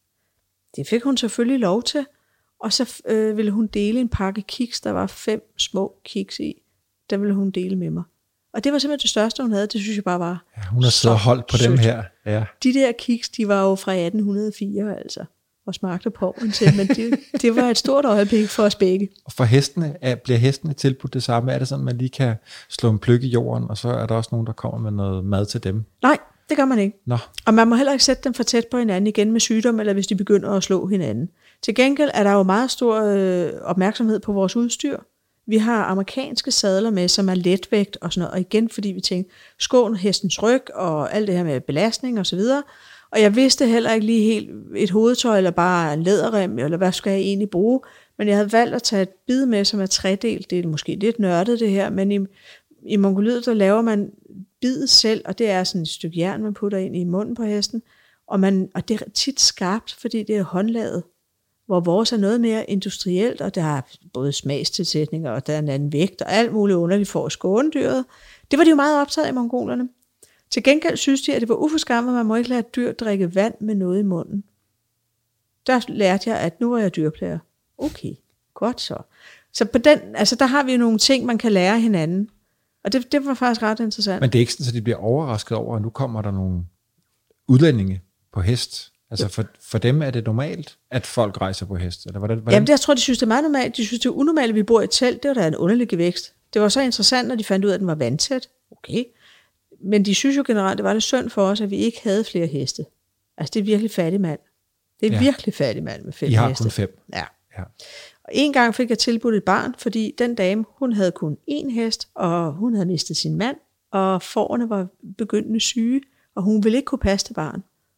Det fik hun selvfølgelig lov til, og så øh, ville hun dele en pakke kiks, der var fem små kiks i. Der ville hun dele med mig. Og det var simpelthen det største, hun havde. Det synes jeg bare var ja, hun har siddet og holdt på sødt. Dem her. Ja. De der kiks, de var jo fra atten hundrede og fire, altså. Og smagte på den til, men det, det var et stort øjeblik for os begge. Og for hestene, er, bliver hestene tilbudt det samme? Er det sådan, at man lige kan slå en pløk i jorden, og så er der også nogen, der kommer med noget mad til dem? Nej, det gør man ikke. Nå. Og man må heller ikke sætte dem for tæt på hinanden igen med sygdom, eller hvis de begynder at slå hinanden. Til gengæld er der jo meget stor øh, opmærksomhed på vores udstyr. Vi har amerikanske sadler med, som er letvægt og sådan noget. Og igen, fordi vi tænkte, skån hestens ryg og alt det her med belastning og så videre. Og jeg vidste heller ikke lige helt et hovedtøj, eller bare en læderrem, eller hvad skal jeg egentlig bruge. Men jeg havde valgt at tage et bid med, som er tredelt. Det er måske lidt nørdet det her, men i, i Mongoliet, der laver man bidet selv, og det er sådan et stykke jern, man putter ind i munden på hesten. Og, man, og det er tit skarpt, fordi det er håndlaget, hvor vores er noget mere industrielt, og der er både smagstilsætninger, og der er en anden vægt, og alt muligt underligt for at skåne dyret. Det var de jo meget optaget i mongolerne. Til gengæld synes de, at det var uforskammet, at man må ikke lade et dyr drikke vand med noget i munden. Der lærte jeg, at nu var jeg dyrplejer. Okay, godt så. Så på den, altså der har vi jo nogle ting, man kan lære hinanden. Og det, det var faktisk ret interessant. Men det er ikke sådan, at de bliver overrasket over, at nu kommer der nogle udlændinge på hest. Altså for, for dem er det normalt, at folk rejser på hest? Eller hvordan, hvordan? Jamen det, jeg tror, de synes, det er meget normalt. De synes, det er unormalt, at vi bor i et telt. Det var da en underlig gevækst. Det var så interessant, når de fandt ud af, at den var vandtæt. Okay. Men de synes jo generelt, det var lidt synd for os, at vi ikke havde flere heste. Altså det er virkelig fattig mand. Det er ja. virkelig fattig mand med fem heste. I har heste. Kun fem. Ja. ja. Og en gang fik jeg tilbudt et barn, fordi den dame, hun havde kun én hest, og hun havde mistet sin mand, og fårene var begyndende syge, og hun ville ikke kunne passe til barn.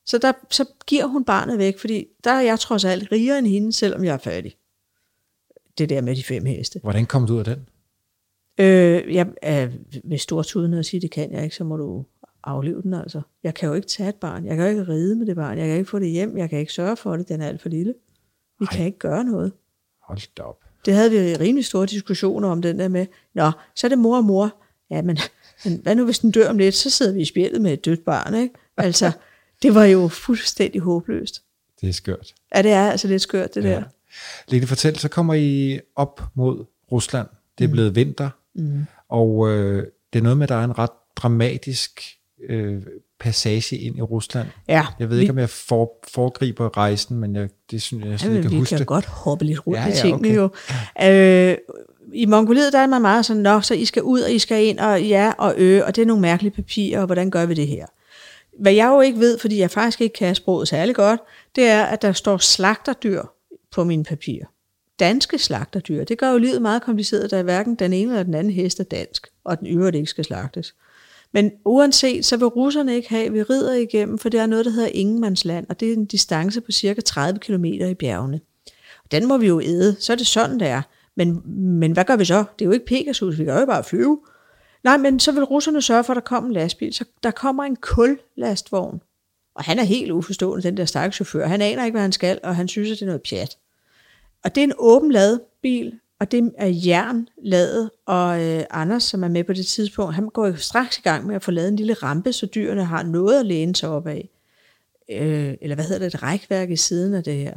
Så, der, så giver hun barnet væk, fordi der er jeg trods alt rigere end hende, selvom jeg er fattig. Det der med de fem heste. Hvordan kom du ud af den? Øh, jeg er med stort uden at sige, det kan jeg ikke, så må du aflive den altså. Jeg kan jo ikke tage et barn, jeg kan jo ikke ride med det barn, jeg kan ikke få det hjem, jeg kan ikke sørge for det, den er alt for lille. Vi Ej. kan ikke gøre noget. Hold da op. Det havde vi rimelig store diskussioner om den der med, nå, så er det mor og mor. Ja, men, men hvad nu hvis den dør om lidt, så sidder vi i spjældet med et dødt barn, ikke? Altså, det var jo fuldstændig håbløst. Det er skørt. Ja, det er altså lidt skørt, det ja. der. Lene, fortæl, så kommer I op mod Rusland. Det er blevet mm. vinter, mm. og øh, det er noget med, at der er en ret dramatisk øh, passage ind i Rusland. Ja, jeg ved vi, ikke, om jeg for, foregriber rejsen, men jeg, det synes jeg, sådan, ja, jeg kan vi huske kan det. godt hoppe lidt rundt ja, i ja, tingene okay. jo. Øh, I Mongoliet, der er man meget sådan, nå, så I skal ud, og I skal ind, og ja, og ø, og det er nogle mærkelige papirer, og hvordan gør vi det her? Hvad jeg jo ikke ved, fordi jeg faktisk ikke kan sproget særlig godt, det er, at der står slagterdyr på mine papirer. Danske slagterdyr. Det gør jo livet meget kompliceret, da hverken den ene eller den anden hest er dansk, og den øvrigt ikke skal slagtes. Men uanset, så vil russerne ikke have, at vi rider igennem, for det er noget, der hedder Ingenmandsland, og det er en distance på cirka tredive kilometer i bjergene. Den må vi jo æde, så er det sådan, det er. Men, men hvad gør vi så? Det er jo ikke Pegasus, vi kan jo bare flyve. Nej, men så vil russerne sørge for, at der kommer en lastbil. Så der kommer en kullastvogn. Og han er helt uforstående, den der stakkels chauffør. Han aner ikke, hvad han skal, og han synes, at det er noget pjat. Og det er en åben ladet bil, og det er jernladet, og øh, Anders, som er med på det tidspunkt, han går jo straks i gang med at få lavet en lille rampe, så dyrene har noget at læne sig op af. Øh, eller hvad hedder det, et rækværk i siden af det her.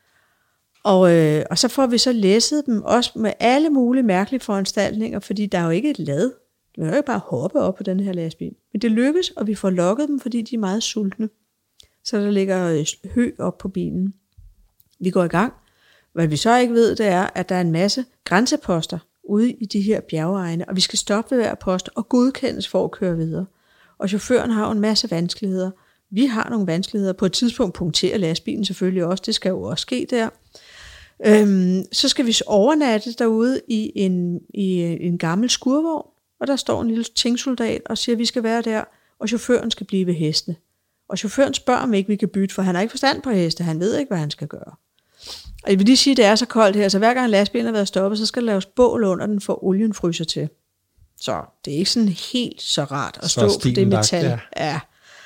Og, øh, og så får vi så læsset dem også med alle mulige mærkelige foranstaltninger, fordi der er jo ikke et lad. Vi kan jo ikke bare hoppe op på den her lastbil. Men det lykkes, og vi får lukket dem, fordi de er meget sultne. Så der ligger hø op på bilen. Vi går i gang. Hvad vi så ikke ved, det er, at der er en masse grænseposter ude i de her bjergeegne, og vi skal stoppe ved hver post og godkendes for at køre videre. Og chaufføren har jo en masse vanskeligheder. Vi har nogle vanskeligheder. På et tidspunkt punkterer lastbilen selvfølgelig også. Det skal jo også ske der. Øhm, så skal vi overnatte derude i en, i en gammel skurvogn, og der står en lille tingsoldat og siger, at vi skal være der, og chaufføren skal blive ved hestene. Og chaufføren spørger, om ikke vi kan bytte, for han har ikke forstand på heste, han ved ikke, hvad han skal gøre. Og jeg vil lige sige, at det er så koldt her, så hver gang lastbilen har været stoppet, så skal der laves bål under den, for olien fryser til. Så det er ikke sådan helt så rart at stå på det metal. Lagt, ja.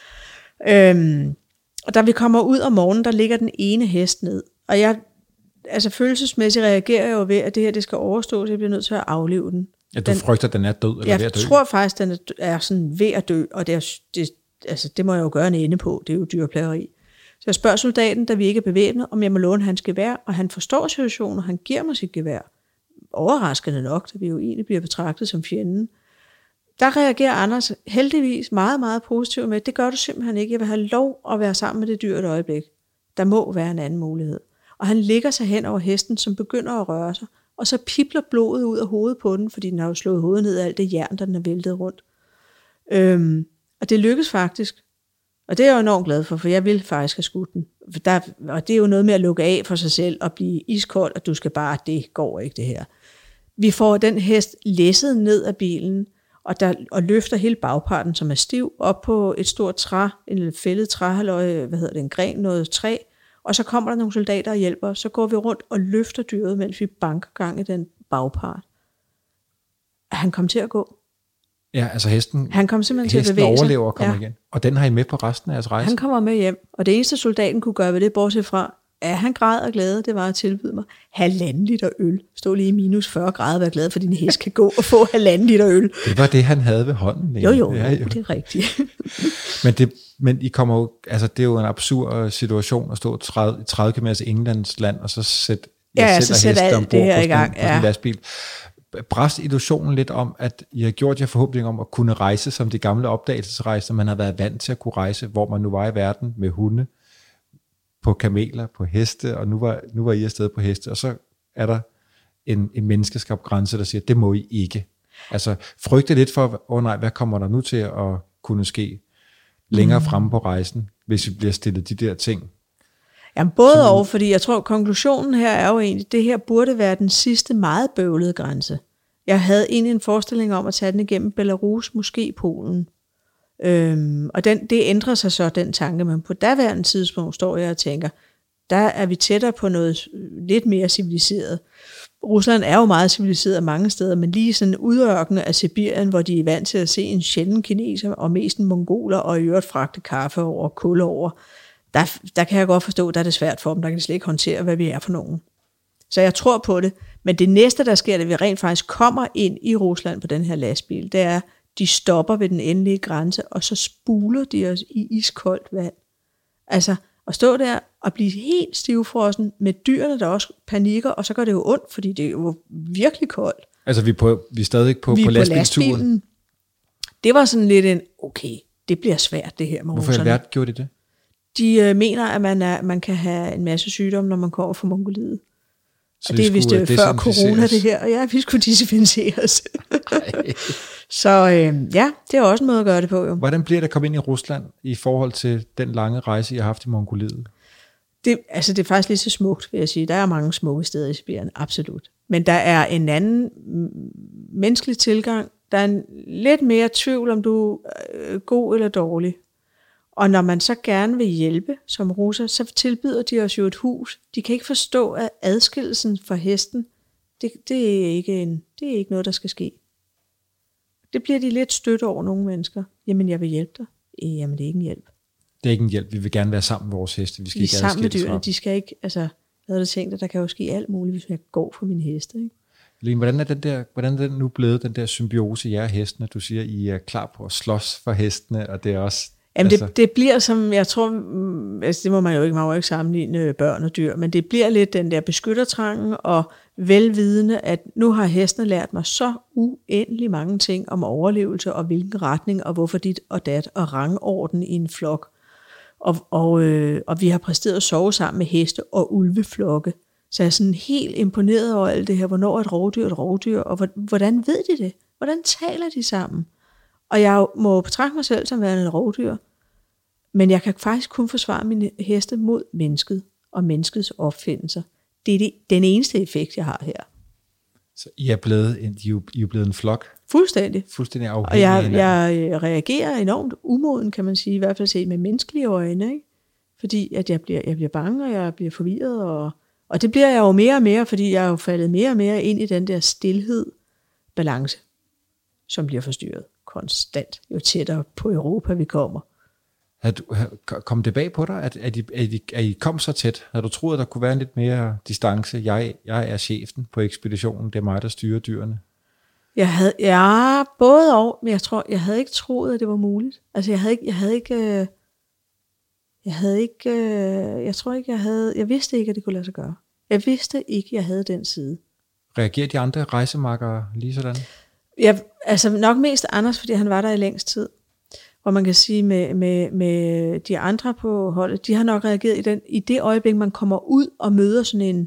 Ja. Øhm, og da vi kommer ud om morgenen, der ligger den ene hest ned, og jeg altså følelsesmæssigt reagerer jeg jo ved, at det her det skal overstås, jeg bliver nødt til at aflive den. Ja, du den, frygter, at den er død eller jeg ved at dø? Jeg tror faktisk, at den er sådan ved at dø, og det, er, det, altså, det må jeg jo gøre en ende på, det er jo dyrplageri. Så jeg spørger soldaten, da vi ikke er bevæbnet, om jeg må låne hans gevær, og han forstår situationen, og han giver mig sit gevær. Overraskende nok, da vi jo egentlig bliver betragtet som fjenden. Der reagerer Anders heldigvis meget, meget positivt med, det gør du simpelthen ikke, jeg vil have lov at være sammen med det dyr et øjeblik. Der må være en anden mulighed. Og han ligger sig hen over hesten, som begynder at røre sig, og så pipler blodet ud af hovedet på den, fordi den har jo slået hovedet ned af alt det jern, der den er væltet rundt. Øhm, og det lykkes faktisk. Og det er jeg jo enormt glad for, for jeg vil faktisk have skudt den. For der, og det er jo noget med at lukke af for sig selv og blive iskold, og du skal bare, det går ikke det her. Vi får den hest læsset ned af bilen, og, der, og løfter hele bagparten, som er stiv, op på et stort træ, en fældet træhalløj, hvad hedder det, en gren, noget træ, og så kommer der nogle soldater og hjælper os. Så går vi rundt og løfter dyret, mens vi banker gang i den bagpart. Han kom til at gå. Ja, altså hesten, han kom simpelthen til at bevæge sig. Hesten overlever og kommer ja. igen. Og den har I med på resten af jeres rejse? Han kommer med hjem, og det eneste soldaten kunne gøre ved det, bortset fra, at han græd og glæde, det var at tilbyde mig halvanden liter øl. Stå lige i minus fyrre grader og være glad for, at din hest kan gå og få halvanden liter øl. Det var det, han havde ved hånden. Jo, jo, ja, jo. Det er rigtigt. men, det, men I kommer jo, altså det er jo en absurd situation at stå tredive, tredive kilometer til Englands land, og så sætte ja, ja, så sætte alt det her i gang. På ja. lastbil. Brast illusionen lidt om, at I har gjort jer forhåbning om at kunne rejse som de gamle opdagelsesrejser, man har været vant til at kunne rejse, hvor man nu var i verden med hunde, på kameler, på heste, og nu var, nu var I afsted på heste, og så er der en, en menneskeskabt grænse, der siger, det må I ikke. Altså frygte lidt for, åh oh nej, hvad kommer der nu til at kunne ske længere mm. fremme på rejsen, hvis vi bliver stillet de der ting? Jamen både og, fordi jeg tror, konklusionen her er jo egentlig, det her burde være den sidste meget bøvlede grænse. Jeg havde egentlig en forestilling om at tage den igennem Belarus, måske Polen. Øhm, og den, det ændrer sig så, den tanke, men på daværende tidspunkt står jeg og tænker, der er vi tættere på noget lidt mere civiliseret. Rusland er jo meget civiliseret mange steder, men lige sådan udørkene af Sibirien, hvor de er vant til at se en sjælden kineser, og mest en mongoler, og i øvrigt fragte kaffe over, kul over, der, der kan jeg godt forstå, der er det svært for dem, der kan de slet ikke håndtere, hvad vi er for nogen. Så jeg tror på det, men det næste, der sker, det vi rent faktisk kommer ind i Rusland på den her lastbil, det er, de stopper ved den endelige grænse, og så spuler de os i iskoldt vand. Altså, at stå der og blive helt stivfrossen med dyrene, der også panikker, og så gør det jo ondt, fordi det er jo virkelig koldt. Altså, vi er, på, vi er stadig på, vi på, på lastbilsturen. lastbilen. Det var sådan lidt en, okay, det bliver svært det her med Hvorfor russerne. Hvorfor gjorde de det? De øh, mener, at man, er, man kan have en masse sygdomme, når man kommer fra Mongoliet. Så og det er vist øh, før corona det her, og ja, vi skulle desinficeres. Så øh, ja, det er også en måde at gøre det på. Jo. Hvordan bliver det at komme ind i Rusland i forhold til den lange rejse, I har haft i Mongoliet? Det, altså, det er faktisk lige så smukt, vil jeg sige. Der er mange smukke steder i Sibirien, absolut. Men der er en anden menneskelig tilgang. Der er en lidt mere tvivl, om du er god eller dårlig. Og når man så gerne vil hjælpe som russer, så tilbyder de os jo et hus. De kan ikke forstå, at adskillelsen fra hesten, det, det, er ikke en, det er ikke noget, der skal ske. Det bliver de lidt stødt over nogle mennesker. Jamen, jeg vil hjælpe dig. Jamen, det er ikke en hjælp. Det er ikke en hjælp. Vi vil gerne være sammen med vores heste. Vi skal vi er ikke sammen med dyrene. De skal ikke, altså, hvad er det tænkt, at der kan jo ske alt muligt, hvis jeg går for mine heste, ikke? Lene, hvordan er den der, hvordan er den nu blevet, den der symbiose, jer og hestene? Du siger, I er klar på at slås for hestene, og det er også... Jamen, altså... det, det bliver som, jeg tror, altså det må man jo ikke, man må jo ikke sammenligne børn og dyr, men det bliver lidt den der beskyttertrangen og velvidende, at nu har hestene lært mig så uendelig mange ting om overlevelse og hvilken retning og hvorfor dit og dat og rangorden i en flok. Og, og, øh, og vi har præsteret at sove sammen med heste og ulveflokke. Så jeg er sådan helt imponeret over alt det her. Hvornår er et rovdyr et rovdyr, og hvordan ved de det? Hvordan taler de sammen? Og jeg må betragte mig selv som værende et rovdyr, men jeg kan faktisk kun forsvare mine heste mod mennesket og menneskets opfindelser. Det er det, den eneste effekt, jeg har her. Så I er blevet en, I er jo blevet en flok? Fuldstændig. Fuldstændig afhængig. Og jeg, jeg reagerer enormt umoden, kan man sige, i hvert fald set med menneskelige øjne, ikke? Fordi at jeg bliver, jeg bliver bange, og jeg bliver forvirret, og, og det bliver jeg jo mere og mere, fordi jeg er jo faldet mere og mere ind i den der stilhed, balance, som bliver forstyrret konstant, jo tættere på Europa vi kommer. Havde du, kom det bag på dig, at, at, I, at, I, at I kom så tæt? Havde du troet, at der kunne være lidt mere distance? Jeg, jeg er chefen på ekspeditionen, det er mig, der styrer dyrene. Jeg havde, ja, både og, men jeg tror, jeg havde ikke troet, at det var muligt. Altså, jeg havde ikke, jeg havde ikke, øh, jeg havde ikke, øh, jeg tror ikke, jeg havde, jeg vidste ikke, at det kunne lade sig gøre. Jeg vidste ikke, at jeg havde den side. Reagerer de andre rejsemarkere lige sådan? Ja, altså nok mest Anders, fordi han var der i længst tid. Hvor man kan sige, med, med, med de andre på holdet, de har nok reageret i, den, i det øjeblik, man kommer ud og møder sådan en,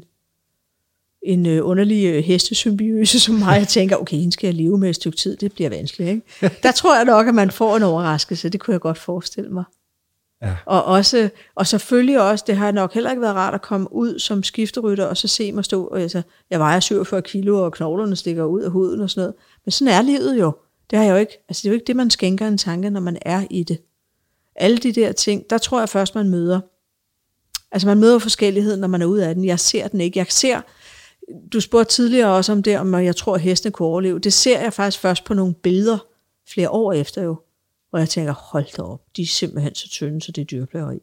en underlig hestesymbiose, som mig, jeg tænker, okay, hende skal jeg leve med et stykke tid, det bliver vanskeligt, ikke? Der tror jeg nok, at man får en overraskelse, det kunne jeg godt forestille mig. Ja. Og, også, og selvfølgelig også, det har nok heller ikke været rart at komme ud som skifterytter, og så se mig stå, altså, jeg vejer syvogfyrre kilo, og knoglerne stikker ud af huden og sådan noget. Men sådan er livet jo. Det har jeg jo ikke, altså det er jo ikke det, man skænker en tanke, når man er i det. Alle de der ting, der tror jeg først, man møder. Altså man møder forskelligheden, når man er ude af den. Jeg ser den ikke. Jeg ser, du spurgte tidligere også om det, om jeg tror, at hestene kunne overleve. Det ser jeg faktisk først på nogle billeder, flere år efter jo, hvor jeg tænker, hold da op, de er simpelthen så tynde, så det er dyrplageri.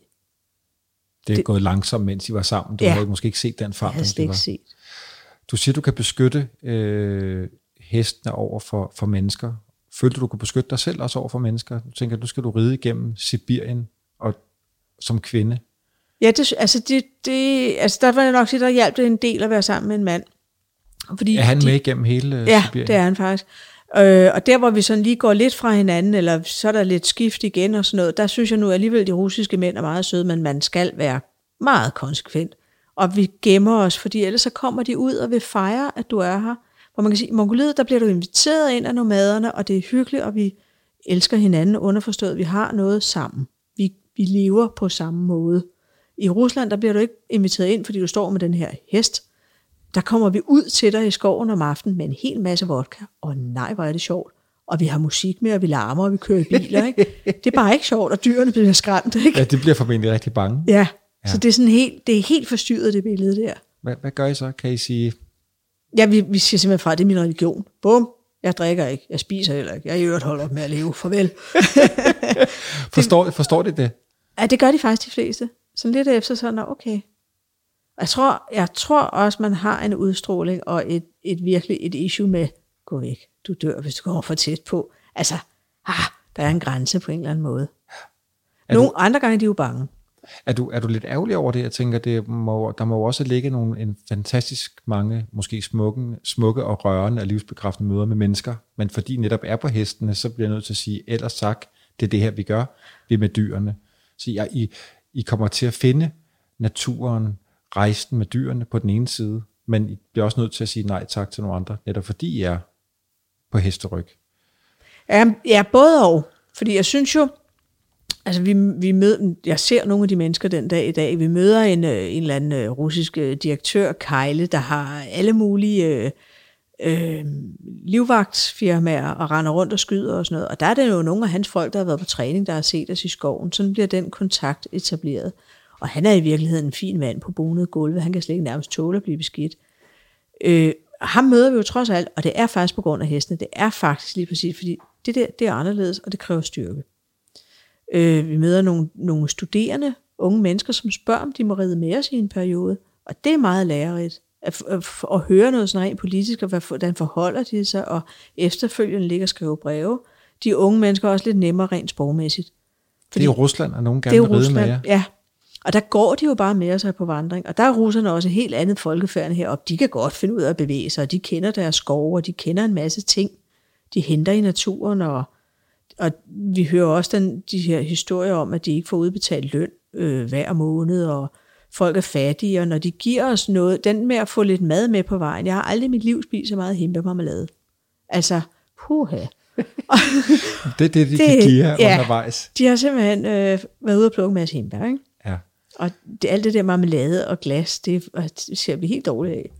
Det er det, gået langsomt, mens I var sammen. Du ja, havde måske ikke set den fart. Jeg havde ikke set. Du siger, du kan beskytte øh, hestene over for, for mennesker. Følte du, du kunne beskytte dig selv også over for mennesker? Du tænker, nu skal du ride igennem Sibirien og, som kvinde. Ja, det, altså, det, det, altså der var jeg nok sige, der hjalp det en del at være sammen med en mand. Fordi er han de, med igennem hele ja, Sibirien? Ja, det er han faktisk. Øh, og der, hvor vi sådan lige går lidt fra hinanden, eller så er der lidt skift igen og sådan noget, der synes jeg nu alligevel, de russiske mænd er meget søde, men man skal være meget konsekvent. Og vi gemmer os, fordi ellers så kommer de ud og vil fejre, at du er her. Hvor man kan sige, i Mongoliet, der bliver du inviteret ind af nomaderne, og det er hyggeligt, og vi elsker hinanden underforstået. Vi har noget sammen. Vi, vi lever på samme måde. I Rusland, der bliver du ikke inviteret ind, fordi du står med den her hest. Der kommer vi ud til dig i skoven om aftenen med en hel masse vodka. Og nej, hvor er det sjovt. og vi har musik med, og vi larmer, og vi kører i biler. Ikke? Det er bare ikke sjovt, og dyrene bliver skræmt. Ikke? Ja, det bliver formentlig rigtig bange. Ja, ja. Så det er sådan helt, det er helt forstyrret, det billede der. Hvad, hvad gør I så? Kan I sige... Ja, vi, vi siger simpelthen fra, det er min religion. Bum, jeg drikker ikke, jeg spiser heller ikke. Jeg er i øvrigt holdt op med at leve, farvel. forstår, forstår de det? Ja, det gør de faktisk de fleste. Sådan lidt efter sådan, okay. Jeg tror, jeg tror også, man har en udstråling og et, et virkelig et issue med, gå væk, du dør, hvis du kommer for tæt på. Altså, ah, der er en grænse på en eller anden måde. Nogle du, andre gange de er jo bange. Er du, er du lidt ærgerlig over det? Jeg tænker, det må, der må også ligge nogle, en fantastisk mange, måske smukke, smukke og rørende og livsbekræftende møder med mennesker, men fordi netop er på hestene, så bliver jeg nødt til at sige, ellers sagt, det er det her, vi gør, vi er med dyrene. Så I, I, I kommer til at finde naturen, rejsen med dyrene på den ene side, men I bliver også nødt til at sige nej tak til nogle andre, netop fordi I er på hesteryg. Ja, ja, både og. Fordi jeg synes jo, altså vi, vi møder, jeg ser nogle af de mennesker den dag i dag, vi møder en, en eller anden russisk direktør, Kejle, der har alle mulige øh, øh, livvagtsfirmaer og render rundt og skyder og sådan noget. Og der er det jo nogle af hans folk, der har været på træning, der har set os i skoven. Sådan bliver den kontakt etableret. Og han er i virkeligheden en fin mand på bonede gulve. Han kan slet ikke nærmest tåle at blive beskidt. Øh, ham møder vi jo trods alt, og det er faktisk på grund af hestene. Det er faktisk lige præcis, fordi det der, det er anderledes, og det kræver styrke. Øh, vi møder nogle, nogle studerende, unge mennesker, som spørger, om de må ride med os i en periode. Og det er meget lærerigt. At, at, at høre noget sådan rent politisk, og hvordan forholder de sig, og efterfølgende ligger og skrive breve. De unge mennesker er også lidt nemmere rent sprogmæssigt. Fordi det er jo Rusland, og nogen gerne vil ride med jer. Ja. Og der går de jo bare med sig på vandring. Og der er russerne også et helt andet folkefærd heroppe. De kan godt finde ud af at bevæge sig, og de kender deres skove, og de kender en masse ting, de henter i naturen. Og, og vi hører også den, de her historier om, at de ikke får udbetalt løn øh, hver måned, og folk er fattige, og når de giver os noget, den med at få lidt mad med på vejen. Jeg har aldrig i mit liv spist så meget himbemarmelade. Altså, puha. Det er det, de det, kan give her ja, undervejs. De har simpelthen øh, været ude og plukke en masse hindbær, ikke? Ja. Og det, alt det der marmelade og glas, det, det ser vi helt dårligt af.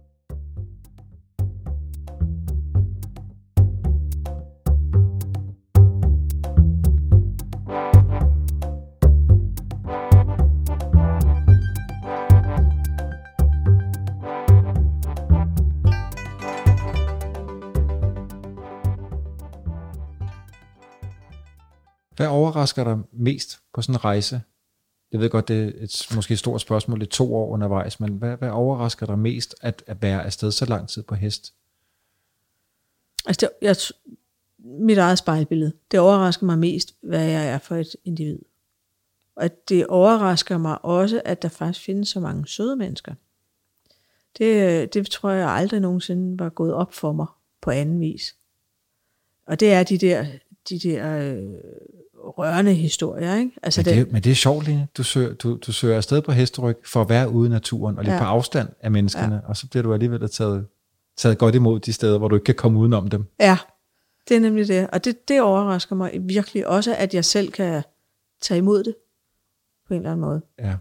Hvad overrasker dig mest på sådan en rejse? Jeg ved godt, det er et, måske et stort spørgsmål, det er to år undervejs, men hvad, hvad overrasker dig mest at, at være afsted så lang tid på hest? Altså, det, jeg, mit eget spejlbillede, det overrasker mig mest, hvad jeg er for et individ. Og det overrasker mig også, at der faktisk findes så mange søde mennesker. Det, det tror jeg aldrig nogensinde var gået op for mig på anden vis. Og det er de der, de der øh, rørende historier, ikke? Altså men, det, det, men det er sjovt, Line. Du søger, du, du søger afsted på hesteryg for at være ude i naturen og lidt ja. på afstand af menneskene, ja. og så bliver du alligevel taget, taget godt imod de steder, hvor du ikke kan komme udenom dem. Ja, det er nemlig det. Og det, det overrasker mig virkelig også, at jeg selv kan tage imod det på en eller anden måde. Ja.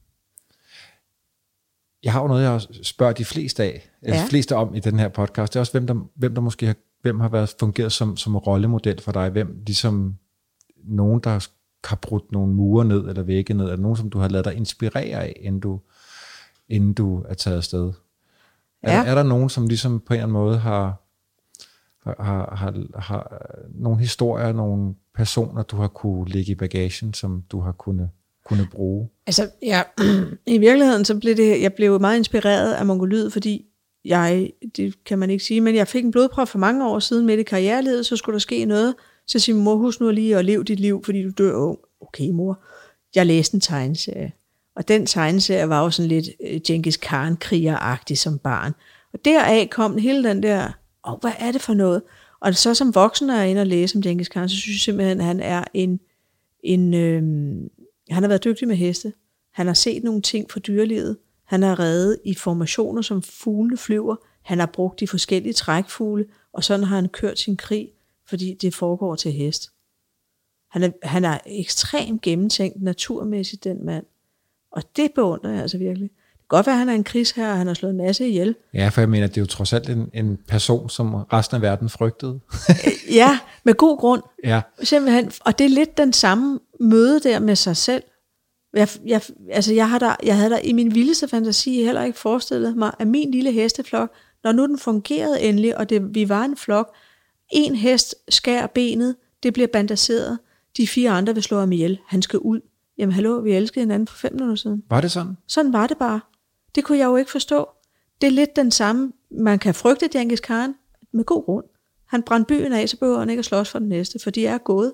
Jeg har jo noget, jeg spørger de fleste af, ja. de fleste om i den her podcast. Det er også, hvem der, hvem der måske har, hvem har været fungeret som, som rollemodel for dig. Hvem ligesom nogen, der har brudt nogle mure ned eller vægge ned, eller nogen, som du har ladet dig inspirere af, inden du, inden du er taget afsted. Er, ja. er der nogen, som ligesom på en eller anden måde har, har, har, har nogle historier, nogle personer, du har kunne lægge i bagagen, som du har kunnet kunne bruge? Altså, ja, i virkeligheden, så blev det, jeg blev meget inspireret af mongolid, fordi jeg, det kan man ikke sige, men jeg fik en blodprop for mange år siden midt i karrierelivet, så skulle der ske noget. Så siger min mor, husk nu lige at leve dit liv, fordi du dør ung. Okay, mor. Jeg læste en tegneserie, og den tegneserie var jo sådan lidt Genghis Khan-kriger-agtig som barn. Og deraf kom hele den der, åh, oh, hvad er det for noget? Og så som voksen, når jeg er inde og læse om Genghis Khan, så synes jeg simpelthen, at han er en, en øhm, han har været dygtig med heste. Han har set nogle ting fra dyrelivet. Han har reddet i formationer, som fuglene flyver. Han har brugt de forskellige trækfugle, og sådan har han kørt sin krig, fordi det foregår til hest. Han er, han er ekstremt gennemtænkt naturmæssigt, den mand. Og det beundrer jeg altså virkelig. Det godt være, at han er en krigsherre, og han har slået en masse ihjel. Ja, for jeg mener, det er jo trods alt en, en person, som resten af verden frygtede. Ja, med god grund. Ja. Simpelthen. Og det er lidt den samme møde der med sig selv. Jeg, jeg, altså jeg, har der, jeg havde der i min vildeste fantasi heller ikke forestillet mig, at min lille hesteflok, når nu den fungerede endelig, og det, vi var en flok, en hest skærer benet, det bliver bandageret, de fire andre vil slå ham ihjel, han skal ud. Jamen hallo, vi elskede hinanden for fem minutter siden. Var det sådan? Sådan var det bare. Det kunne jeg jo ikke forstå. Det er lidt den samme, man kan frygte Djengis Khan med god grund. Han brændte byen af, så behøver han ikke at slås for den næste, for de er gået.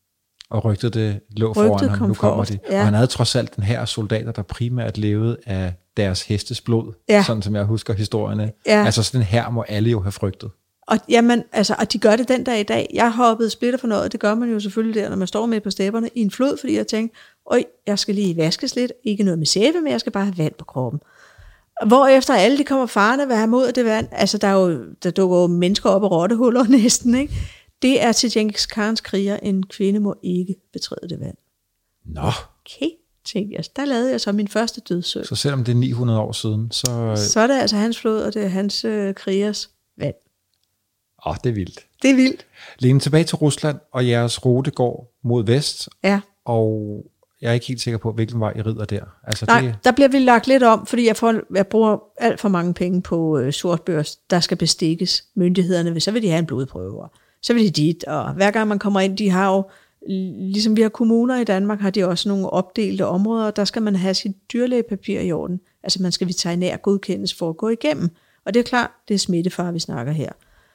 Og rygtet det lå Rygtet foran ham, kom nu kommer forrest, de. ja. Og han havde trods alt den her soldater, der primært levede af deres hestes blod, Ja. sådan som jeg husker historierne. Ja. Altså sådan her må alle jo have frygtet. Og, jamen, altså, og de gør det den dag i dag. Jeg har hoppet splitter for noget, det gør man jo selvfølgelig der, når man står med på stepperne i en flod, fordi jeg tænker, øj, jeg skal lige vaskes lidt, ikke noget med sæbe, men jeg skal bare have vand på kroppen. Hvorefter alle de kommer farne vil have mod af det vand, altså der, er jo, der dukker jo mennesker op af rottehuller næsten, ikke? Det er til Djengis Khans kriger, en kvinde må ikke betræde det vand. Nå, Okay, tænkte jeg. Der lavede jeg så min første dødssøg. så selvom det er ni hundrede år siden, så... Så er det altså hans flod, og det er hans øh, krigers vand. Åh, det er vildt. Det er vildt. Lene, tilbage til Rusland, og jeres rute går mod vest, Ja. og jeg er ikke helt sikker på, hvilken vej I rider der. Altså, Nej, det, der bliver vi lagt lidt om, fordi jeg, får, jeg bruger alt for mange penge på øh, sortbørs, der skal bestikkes. Myndighederne vil, så vil de have en blodprøve, og så vil de dit, og hver gang man kommer ind, de har jo, ligesom vi har kommuner i Danmark, har de også nogle opdelte områder, og der skal man have sit dyrlægepapir i orden. Altså man skal veterinær godkendes for at gå igennem, og det er klart, det er smittefar, vi snakker her.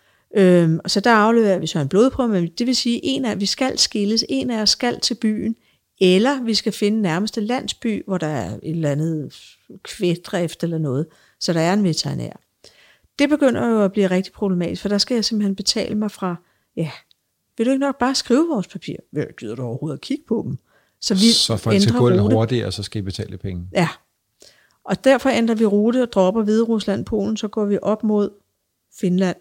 Øhm, og så der afleverer vi så en blodprøve, men det vil sige, en af at vi skal skilles, en af os skal til byen, eller vi skal finde nærmeste landsby, hvor der er et eller andet kvægdrift eller noget, så der er en veterinær. Det begynder jo at blive rigtig problematisk, for der skal jeg simpelthen betale mig fra, ja, vil du ikke nok bare skrive vores papir? Hvad gider du overhovedet at kigge på dem? Så, vi så for at til ændrer gå rute. hurtigere, så skal I betale penge. Ja, og derfor ændrer vi rute og dropper Hviderusland, Polen, så går vi op mod Finland.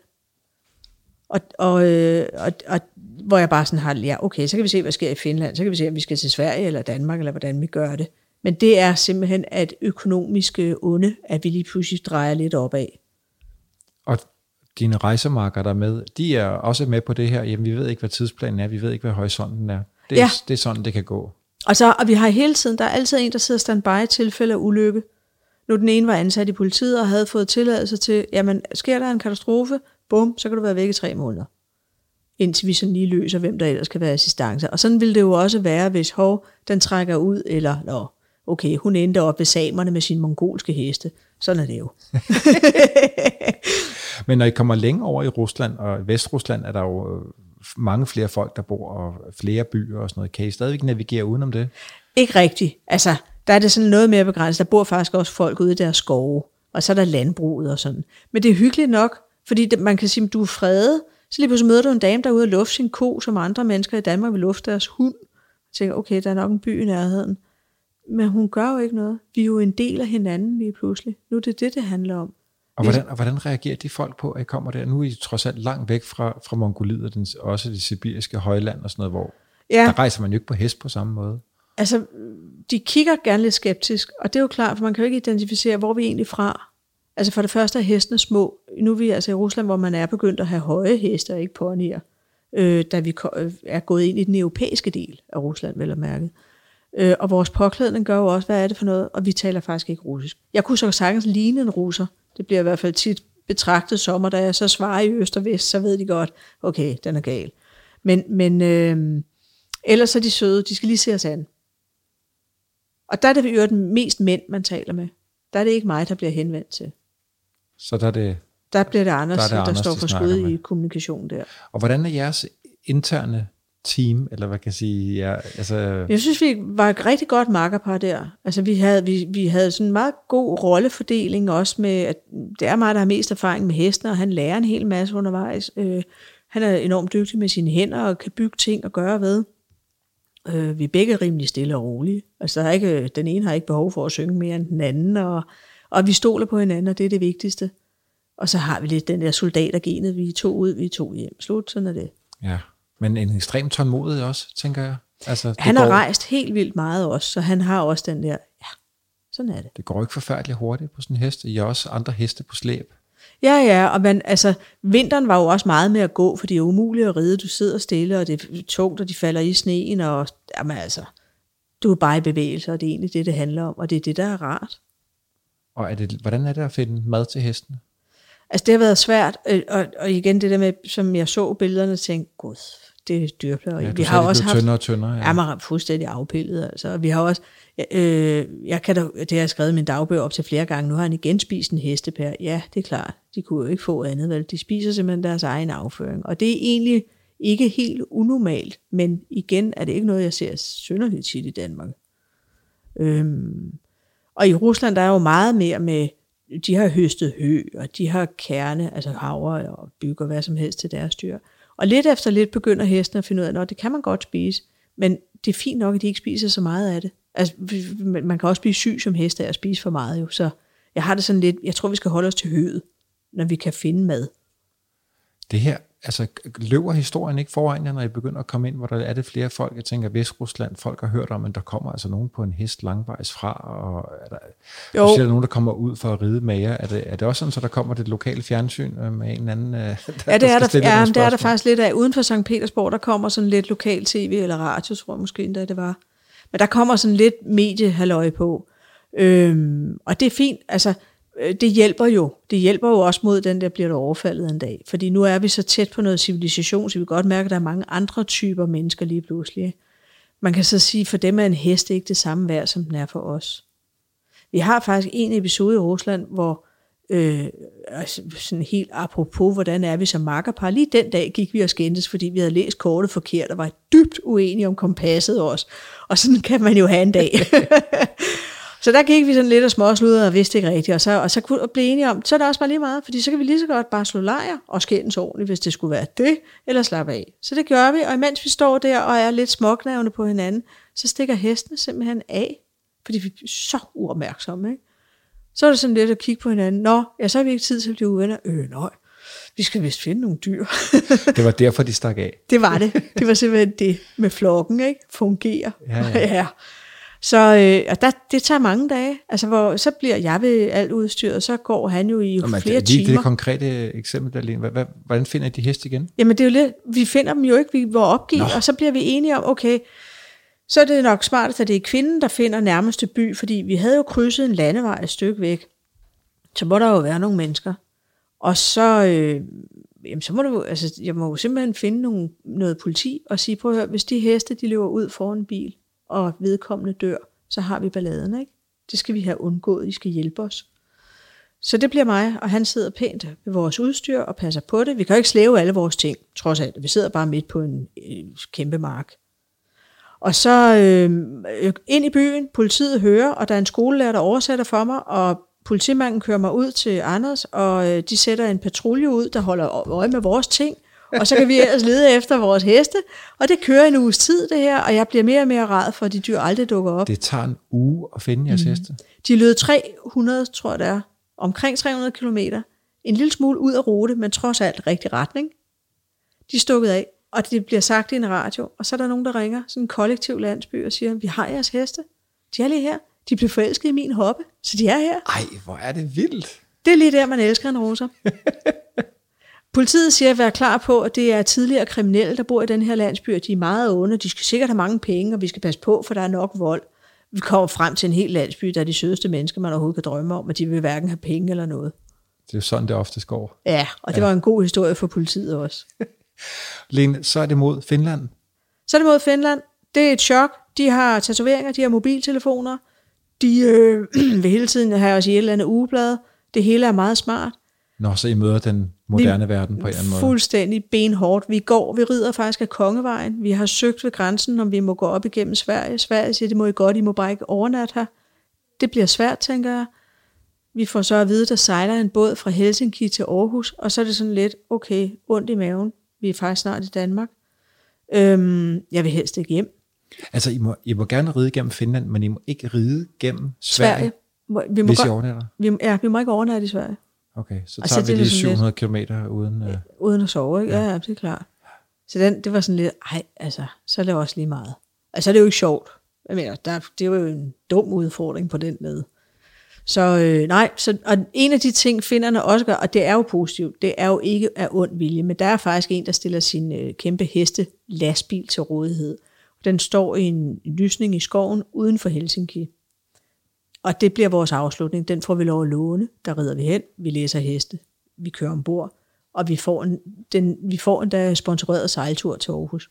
Og, og, øh, og, og hvor jeg bare sådan har, ja okay, så kan vi se, hvad sker i Finland, så kan vi se, om vi skal til Sverige eller Danmark, eller hvordan vi gør det. Men det er simpelthen et økonomisk onde, at vi lige pludselig drejer lidt opad. Og dine rejsemarker der er med, de er også med på det her. Jamen, vi ved ikke, hvad tidsplanen er, vi ved ikke, hvad horisonten er. Det er, Ja. det er sådan, det kan gå. Og, så, og vi har hele tiden, der er altid en, der sidder standby i tilfælde af ulykke. Nu den ene var ansat i politiet og havde fået tilladelse til, jamen sker der en katastrofe, bum, så kan du være væk i tre måneder. Indtil vi sådan lige løser, hvem der ellers kan være assistance. Og sådan vil det jo også være, hvis hov, den trækker ud, eller nå, okay, hun endte op ved samerne med sine mongolske heste. Sådan er det jo. Men når I kommer længere over i Rusland, og i Vestrusland er der jo mange flere folk, der bor, og flere byer og sådan noget. Kan I stadigvæk navigere udenom det? Ikke rigtigt. Altså, der er det sådan noget mere begrænset. Der bor faktisk også folk ude i deres skove, og så er der landbruget og sådan. Men det er hyggeligt nok, fordi det, man kan sige, at du er fredet, så lige pludselig møder du en dame, der er ude og lufte sin ko, som andre mennesker i Danmark vil lufte deres hund. Jeg tænker, okay, der er nok en by i nærheden. Men hun gør jo ikke noget. Vi er jo en del af hinanden lige pludselig. Nu er det det, det handler om. Og hvordan, og hvordan reagerer de folk på, at I kommer der? Nu er I trods alt langt væk fra, fra Mongoliet, og den, også det sibiriske højland og sådan noget, hvor Ja. der rejser man jo ikke på hest på samme måde. Altså, de kigger gerne lidt skeptisk, og det er jo klart, for man kan jo ikke identificere, hvor vi er egentlig fra. Altså for det første er hestene små. Nu er vi altså i Rusland, hvor man er begyndt at have høje heste og ikke ponyer, øh, da vi er gået ind i den europæiske del af Rusland, vel at mærke. Øh, og vores påklædning gør jo også, hvad er det for noget, og vi taler faktisk ikke russisk. Jeg kunne så sagtens ligne en russer. Det bliver i hvert fald tit betragtet som, og da jeg så svarer i øst og vest, så ved de godt, okay, den er gal. Men, men øh, ellers er de søde, de skal lige se os an. Og der er det jo den mest mænd, man taler med. Der er det ikke mig, der bliver henvendt til. Så der er det... Der bliver det Anders, der, er det der, Anders, står de for snakker skud med. i kommunikation der. Og hvordan er jeres interne team, eller hvad kan jeg sige? Ja, altså... Jeg synes, vi var et rigtig godt makkerpar der. Altså, vi havde, vi, vi havde sådan en meget god rollefordeling også med, at det er mig, der har mest erfaring med hestene, og han lærer en hel masse undervejs. Øh, han er enormt dygtig med sine hænder og kan bygge ting og gøre ved. Øh, vi er begge rimelig stille og rolige. Altså, der er ikke, den ene har ikke behov for at synge mere end den anden, og, og vi stoler på hinanden, og det er det vigtigste. Og så har vi lidt den der soldatergenet, vi tog ud, vi tog hjem. Slut, sådan er det. Ja, men en ekstrem tålmodighed også, tænker jeg. Altså, det Han har går... rejst helt vildt meget også, så han har også den der, ja, Sådan er det. Det går ikke forfærdeligt hurtigt på sådan en hest. I har også andre heste på slæb. Ja, ja, og man, altså, vinteren var jo også meget med at gå, for det er umuligt at ride. Du sidder stille, og det er tungt, og de falder i sneen, og jamen, altså, du er bare i bevægelse, og det er egentlig det, det handler om, og det er det, der er rart. Og er det, hvordan er det at finde mad til hestene? Altså, det har været svært, og, og igen det der med, som jeg så billederne, tænkte, gud, det er dyrplageri. Ja, vi har også haft tyndere og tyndere. Ja, ja man har fuldstændig afpillet, altså. Vi har også, øh, jeg kan da, det har jeg skrevet i min dagbøger op til flere gange, nu har han igen spist en hestepær. Ja, det er klart, de kunne jo ikke få andet, vel? De spiser simpelthen deres egen afføring, og det er egentlig ikke helt unormalt, men igen er det ikke noget, jeg ser synderligt tit i Danmark. Øhm, og i Rusland, der er jo meget mere med, de har høstet hø, og de har kerne, altså havre og bygger hvad som helst til deres dyr. Og lidt efter lidt begynder hestene at finde ud af, at det kan man godt spise, men det er fint nok, at de ikke spiser så meget af det. Altså, man kan også blive syg som hest af at spise for meget jo, så jeg har det sådan lidt, jeg tror, vi skal holde os til høet, når vi kan finde mad. Det her, altså løber historien ikke foran jer, når I begynder at komme ind, hvor der er det flere folk, jeg tænker, Vestrusland, folk har hørt om, at der kommer altså nogen på en hest langvejs fra, og er der, jo. Og så er der nogen, der kommer ud for at ride med jer. Er det, er det også sådan, så der kommer det lokale fjernsyn med en eller anden, der, ja, det er der, der, ja, det er der faktisk lidt af. Uden for Sankt Petersborg, der kommer sådan lidt lokal tv eller radio, tror jeg måske endda det var. Men der kommer sådan lidt mediehalløj på. Øhm, og det er fint, altså det hjælper jo. Det hjælper jo også mod den, der bliver der overfaldet en dag. Fordi nu er vi så tæt på noget civilisation, så vi godt mærker, at der er mange andre typer mennesker lige pludselig. Man kan så sige, for dem er en hest ikke det samme værd, som den er for os. Vi har faktisk en episode i Rusland, hvor øh, altså sådan helt apropos, hvordan er vi som makkerpar. Lige den dag gik vi og skændtes, fordi vi havde læst kortet forkert og var dybt uenige om kompasset også. Og sådan kan man jo have en dag. Så der gik vi sådan lidt og småsludrede og vidste ikke rigtigt, og så, og så kunne vi blive enige om, så er det også bare lige meget, fordi så kan vi lige så godt bare slå lejr og skændes ordentligt, hvis det skulle være det, eller slappe af. Så det gør vi, og imens vi står der og er lidt småknævende på hinanden, så stikker hestene simpelthen af, fordi vi er så uopmærksomme, ikke? Så er det sådan lidt at kigge på hinanden, nå, ja, så har vi ikke tid til at blive uvenner. Øh, nej, vi skal vist finde nogle dyr. Det var derfor, de stak af. Det var det. Det var simpelthen det med flokken, ikke? Fungerer. Ja, ja. Ja. Så øh, og der, det tager mange dage. Altså, hvor, så bliver jeg ved alt udstyret, så går han jo i Nå, flere det, timer. Det er konkrete eksempel, der lige. Hvordan finder I de heste igen? Jamen, det er jo lidt, vi finder dem jo ikke, vi var opgivet, og så bliver vi enige om, okay, så er det nok smartest, at det er kvinden, der finder nærmeste by, fordi vi havde jo krydset en landevej et stykke væk. Så må der jo være nogle mennesker. Og så, øh, jamen, så må du, altså, jeg må jo simpelthen finde nogle, noget politi og sige, prøv at høre, hvis de heste, de løber ud foran en bil, og vedkommende dør, så har vi balladen, ikke? Det skal vi have undgået, I skal hjælpe os. Så det bliver mig, og han sidder pænt ved vores udstyr og passer på det. Vi kan jo ikke slæve alle vores ting, trods alt. Vi sidder bare midt på en øh, kæmpe mark. Og så øh, ind i byen, politiet hører, og der er en skolelærer, der oversætter for mig, og politimanden kører mig ud til Anders, og øh, de sætter en patrulje ud, der holder øje med vores ting, og så kan vi ellers lede efter vores heste, og det kører en uges tid, det her, og jeg bliver mere og mere ræd for, at de dyr aldrig dukker op. Det tager en uge at finde jeres mm. heste? De lød tre hundrede, tror jeg det er, omkring tre hundrede kilometer. En lille smule ud af rute, men trods alt rigtig retning. De er stukket af, og det bliver sagt i en radio, og så er der nogen, der ringer, sådan en kollektiv landsby, og siger, vi har jeres heste, de er lige her. De blev forelsket i min hoppe, så de er her. Ej, hvor er det vildt. Det er lige der, man elsker en roser. Politiet siger at være klar på, at det er tidligere kriminelle, der bor i den her landsby, og de er meget onde. De skal sikkert have mange penge, og vi skal passe på, for der er nok vold. Vi kommer frem til en hel landsby, der er de sødeste mennesker, man overhovedet kan drømme om, og de vil hverken have penge eller noget. Det er jo sådan, det oftest går. Ja, og det ja. var en god historie for politiet også. Lene, så er det mod Finland. Så er det mod Finland. Det er et chok. De har tatoveringer, de har mobiltelefoner. De øh, vil hele tiden have os i et eller andet ugeblad. Det hele er meget smart. Nå, så I møder den moderne vi, verden på en eller anden måde. Fuldstændig benhårdt. Vi går, vi rider faktisk af Kongevejen. Vi har søgt ved grænsen, om vi må gå op igennem Sverige. Sverige siger, det må I godt, I må bare ikke overnatte her. Det bliver svært, tænker jeg. Vi får så at vide, der sejler en båd fra Helsinki til Aarhus, og så er det sådan lidt, okay, ondt i maven. Vi er faktisk snart i Danmark. Øhm, jeg vil helst ikke hjem. Altså, I må, I må gerne ride gennem Finland, men I må ikke ride gennem Sverige, Sverige. Vi må hvis godt, I overnatter? Vi, ja, vi må ikke overnatte i Sverige. Okay, så tager altså, vi lige syv hundrede kilometer uden... Øh... Uden at sove, ikke? Ja, ja, det er klart. Så den, det var sådan lidt, ej, altså, så er det også lige meget. Altså, det er jo ikke sjovt. Jeg mener, der, det var jo en dum udfordring på den led. Så øh, nej, så, og en af de ting, finnerne også gør, og det er jo positivt, det er jo ikke af ond vilje, men der er faktisk en, der stiller sin øh, kæmpe heste lastbil til rådighed. Den står i en lysning i skoven uden for Helsinki. Og det bliver vores afslutning. Den får vi lov at låne. Der rider vi hen. Vi læser heste. Vi kører ombord. Og vi får en, den, vi får en der sponsoreret sejltur til Aarhus.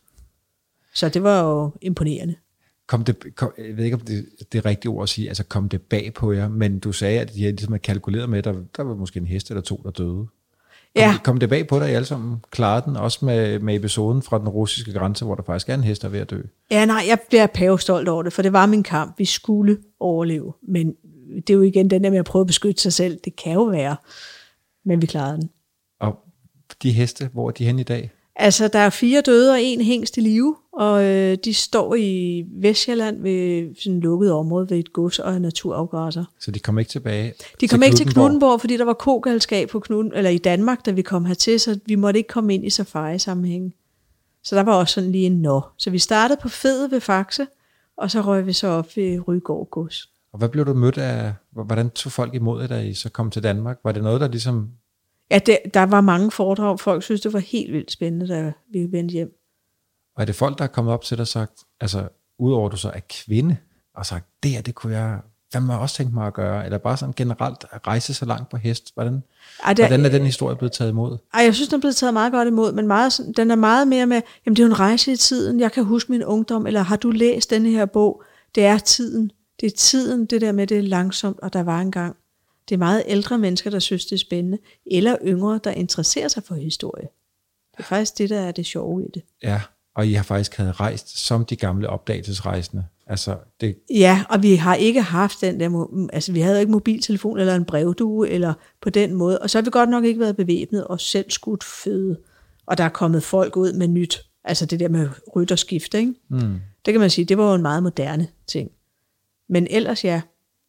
Så det var jo imponerende. Kom det, kom, jeg ved ikke, om det, det er rigtigt ord at sige, altså kom det bag på jer, men du sagde, at de ligesom havde kalkuleret med, at der, der var måske en hest eller to, der døde. Kom, ja. kom det bag på dig, I alle sammen klarede den, også med, med episoden fra den russiske grænse, hvor der faktisk er en hest, der er ved at dø? Ja, nej, jeg bliver pavestolt over det, for det var min kamp. Vi skulle overleve, men det er jo igen den der med at prøve at beskytte sig selv. Det kan jo være, men vi klarede den. Og de heste, hvor er de hen i dag? Altså, der er fire døde og en hængst i live, og øh, de står i Vestjylland ved sådan et lukket område ved et gods og en naturafgræsser. Så de kom ikke tilbage? De kom ikke til Knuthenborg, fordi der var kogalskab på Knuden, eller i Danmark, da vi kom hertil, så vi måtte ikke komme ind i safari-sammenhængen. Så der var også sådan lige en nå. Så vi startede på Fede ved Faxe, og så røg vi så op ved Rygård gods. Og hvad blev du mødt af? Hvordan tog folk imod jer, da I så kom til Danmark? Var det noget, der ligesom... Ja, det, der var mange foredrag. Folk synes, det var helt vildt spændende, da vi vendte hjem. Og er det folk, der er kommet op til dig og sagt, altså udover at du så er kvinde, og sagt, det her, det kunne jeg fandme også tænke mig at gøre, eller bare sådan generelt at rejse så langt på hest? Hvordan, Ej, det, hvordan er den historie blevet taget imod? Ej, jeg synes, den er blevet taget meget godt imod, men meget, den er meget mere med, jamen det er jo en rejse i tiden, jeg kan huske min ungdom, eller har du læst denne her bog? Det er tiden. Det er tiden, det der med, det er langsomt, og der var engang. Det er meget ældre mennesker, der synes, det er spændende, eller yngre, der interesserer sig for historie. Det er faktisk det, der er det sjove i det. Ja, og I har faktisk havde rejst som de gamle opdagelsesrejsende. Altså, det... Ja, og vi har ikke haft den der, altså vi havde ikke mobiltelefon eller en brevdue, eller på den måde, og så har vi godt nok ikke været bevæbnet og selv skudt føde. Og der er kommet folk ud med nyt, altså det der med rytterskift, ikke? Mm. Det kan man sige, det var jo en meget moderne ting. Men ellers ja.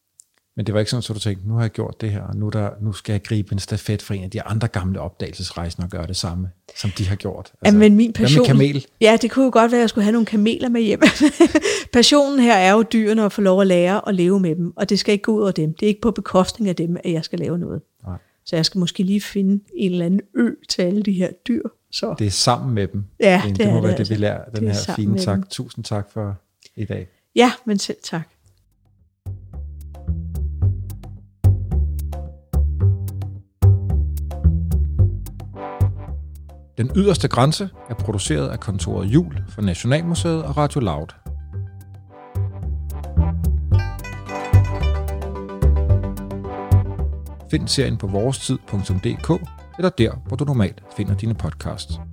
Men det var ikke sådan, så du tænkte, nu har jeg gjort det her, og nu, der, nu skal jeg gribe en stafet for en af de andre gamle opdagelsesrejsende og gøre det samme, som de har gjort. Altså, ja, men min passion, hvad med kamel? Ja, det kunne jo godt være, at jeg skulle have nogle kameler med hjem. Passionen her er jo dyrene at få lov at lære at leve med dem, og det skal ikke gå ud over dem. Det er ikke på bekostning af dem, at jeg skal lave noget. Nej. Så jeg skal måske lige finde en eller anden ø til alle de her dyr. Så. Det er sammen med dem. Ja, det, det, det må er være det, det, vi lærer. Den her fine tak. Dem. Tusind tak for i dag. Ja, men selv tak. Den yderste grænse er produceret af kontoret Jul for Nationalmuseet og Radio Loud. Find serien på vorestid punktum d k eller der, hvor du normalt finder dine podcasts.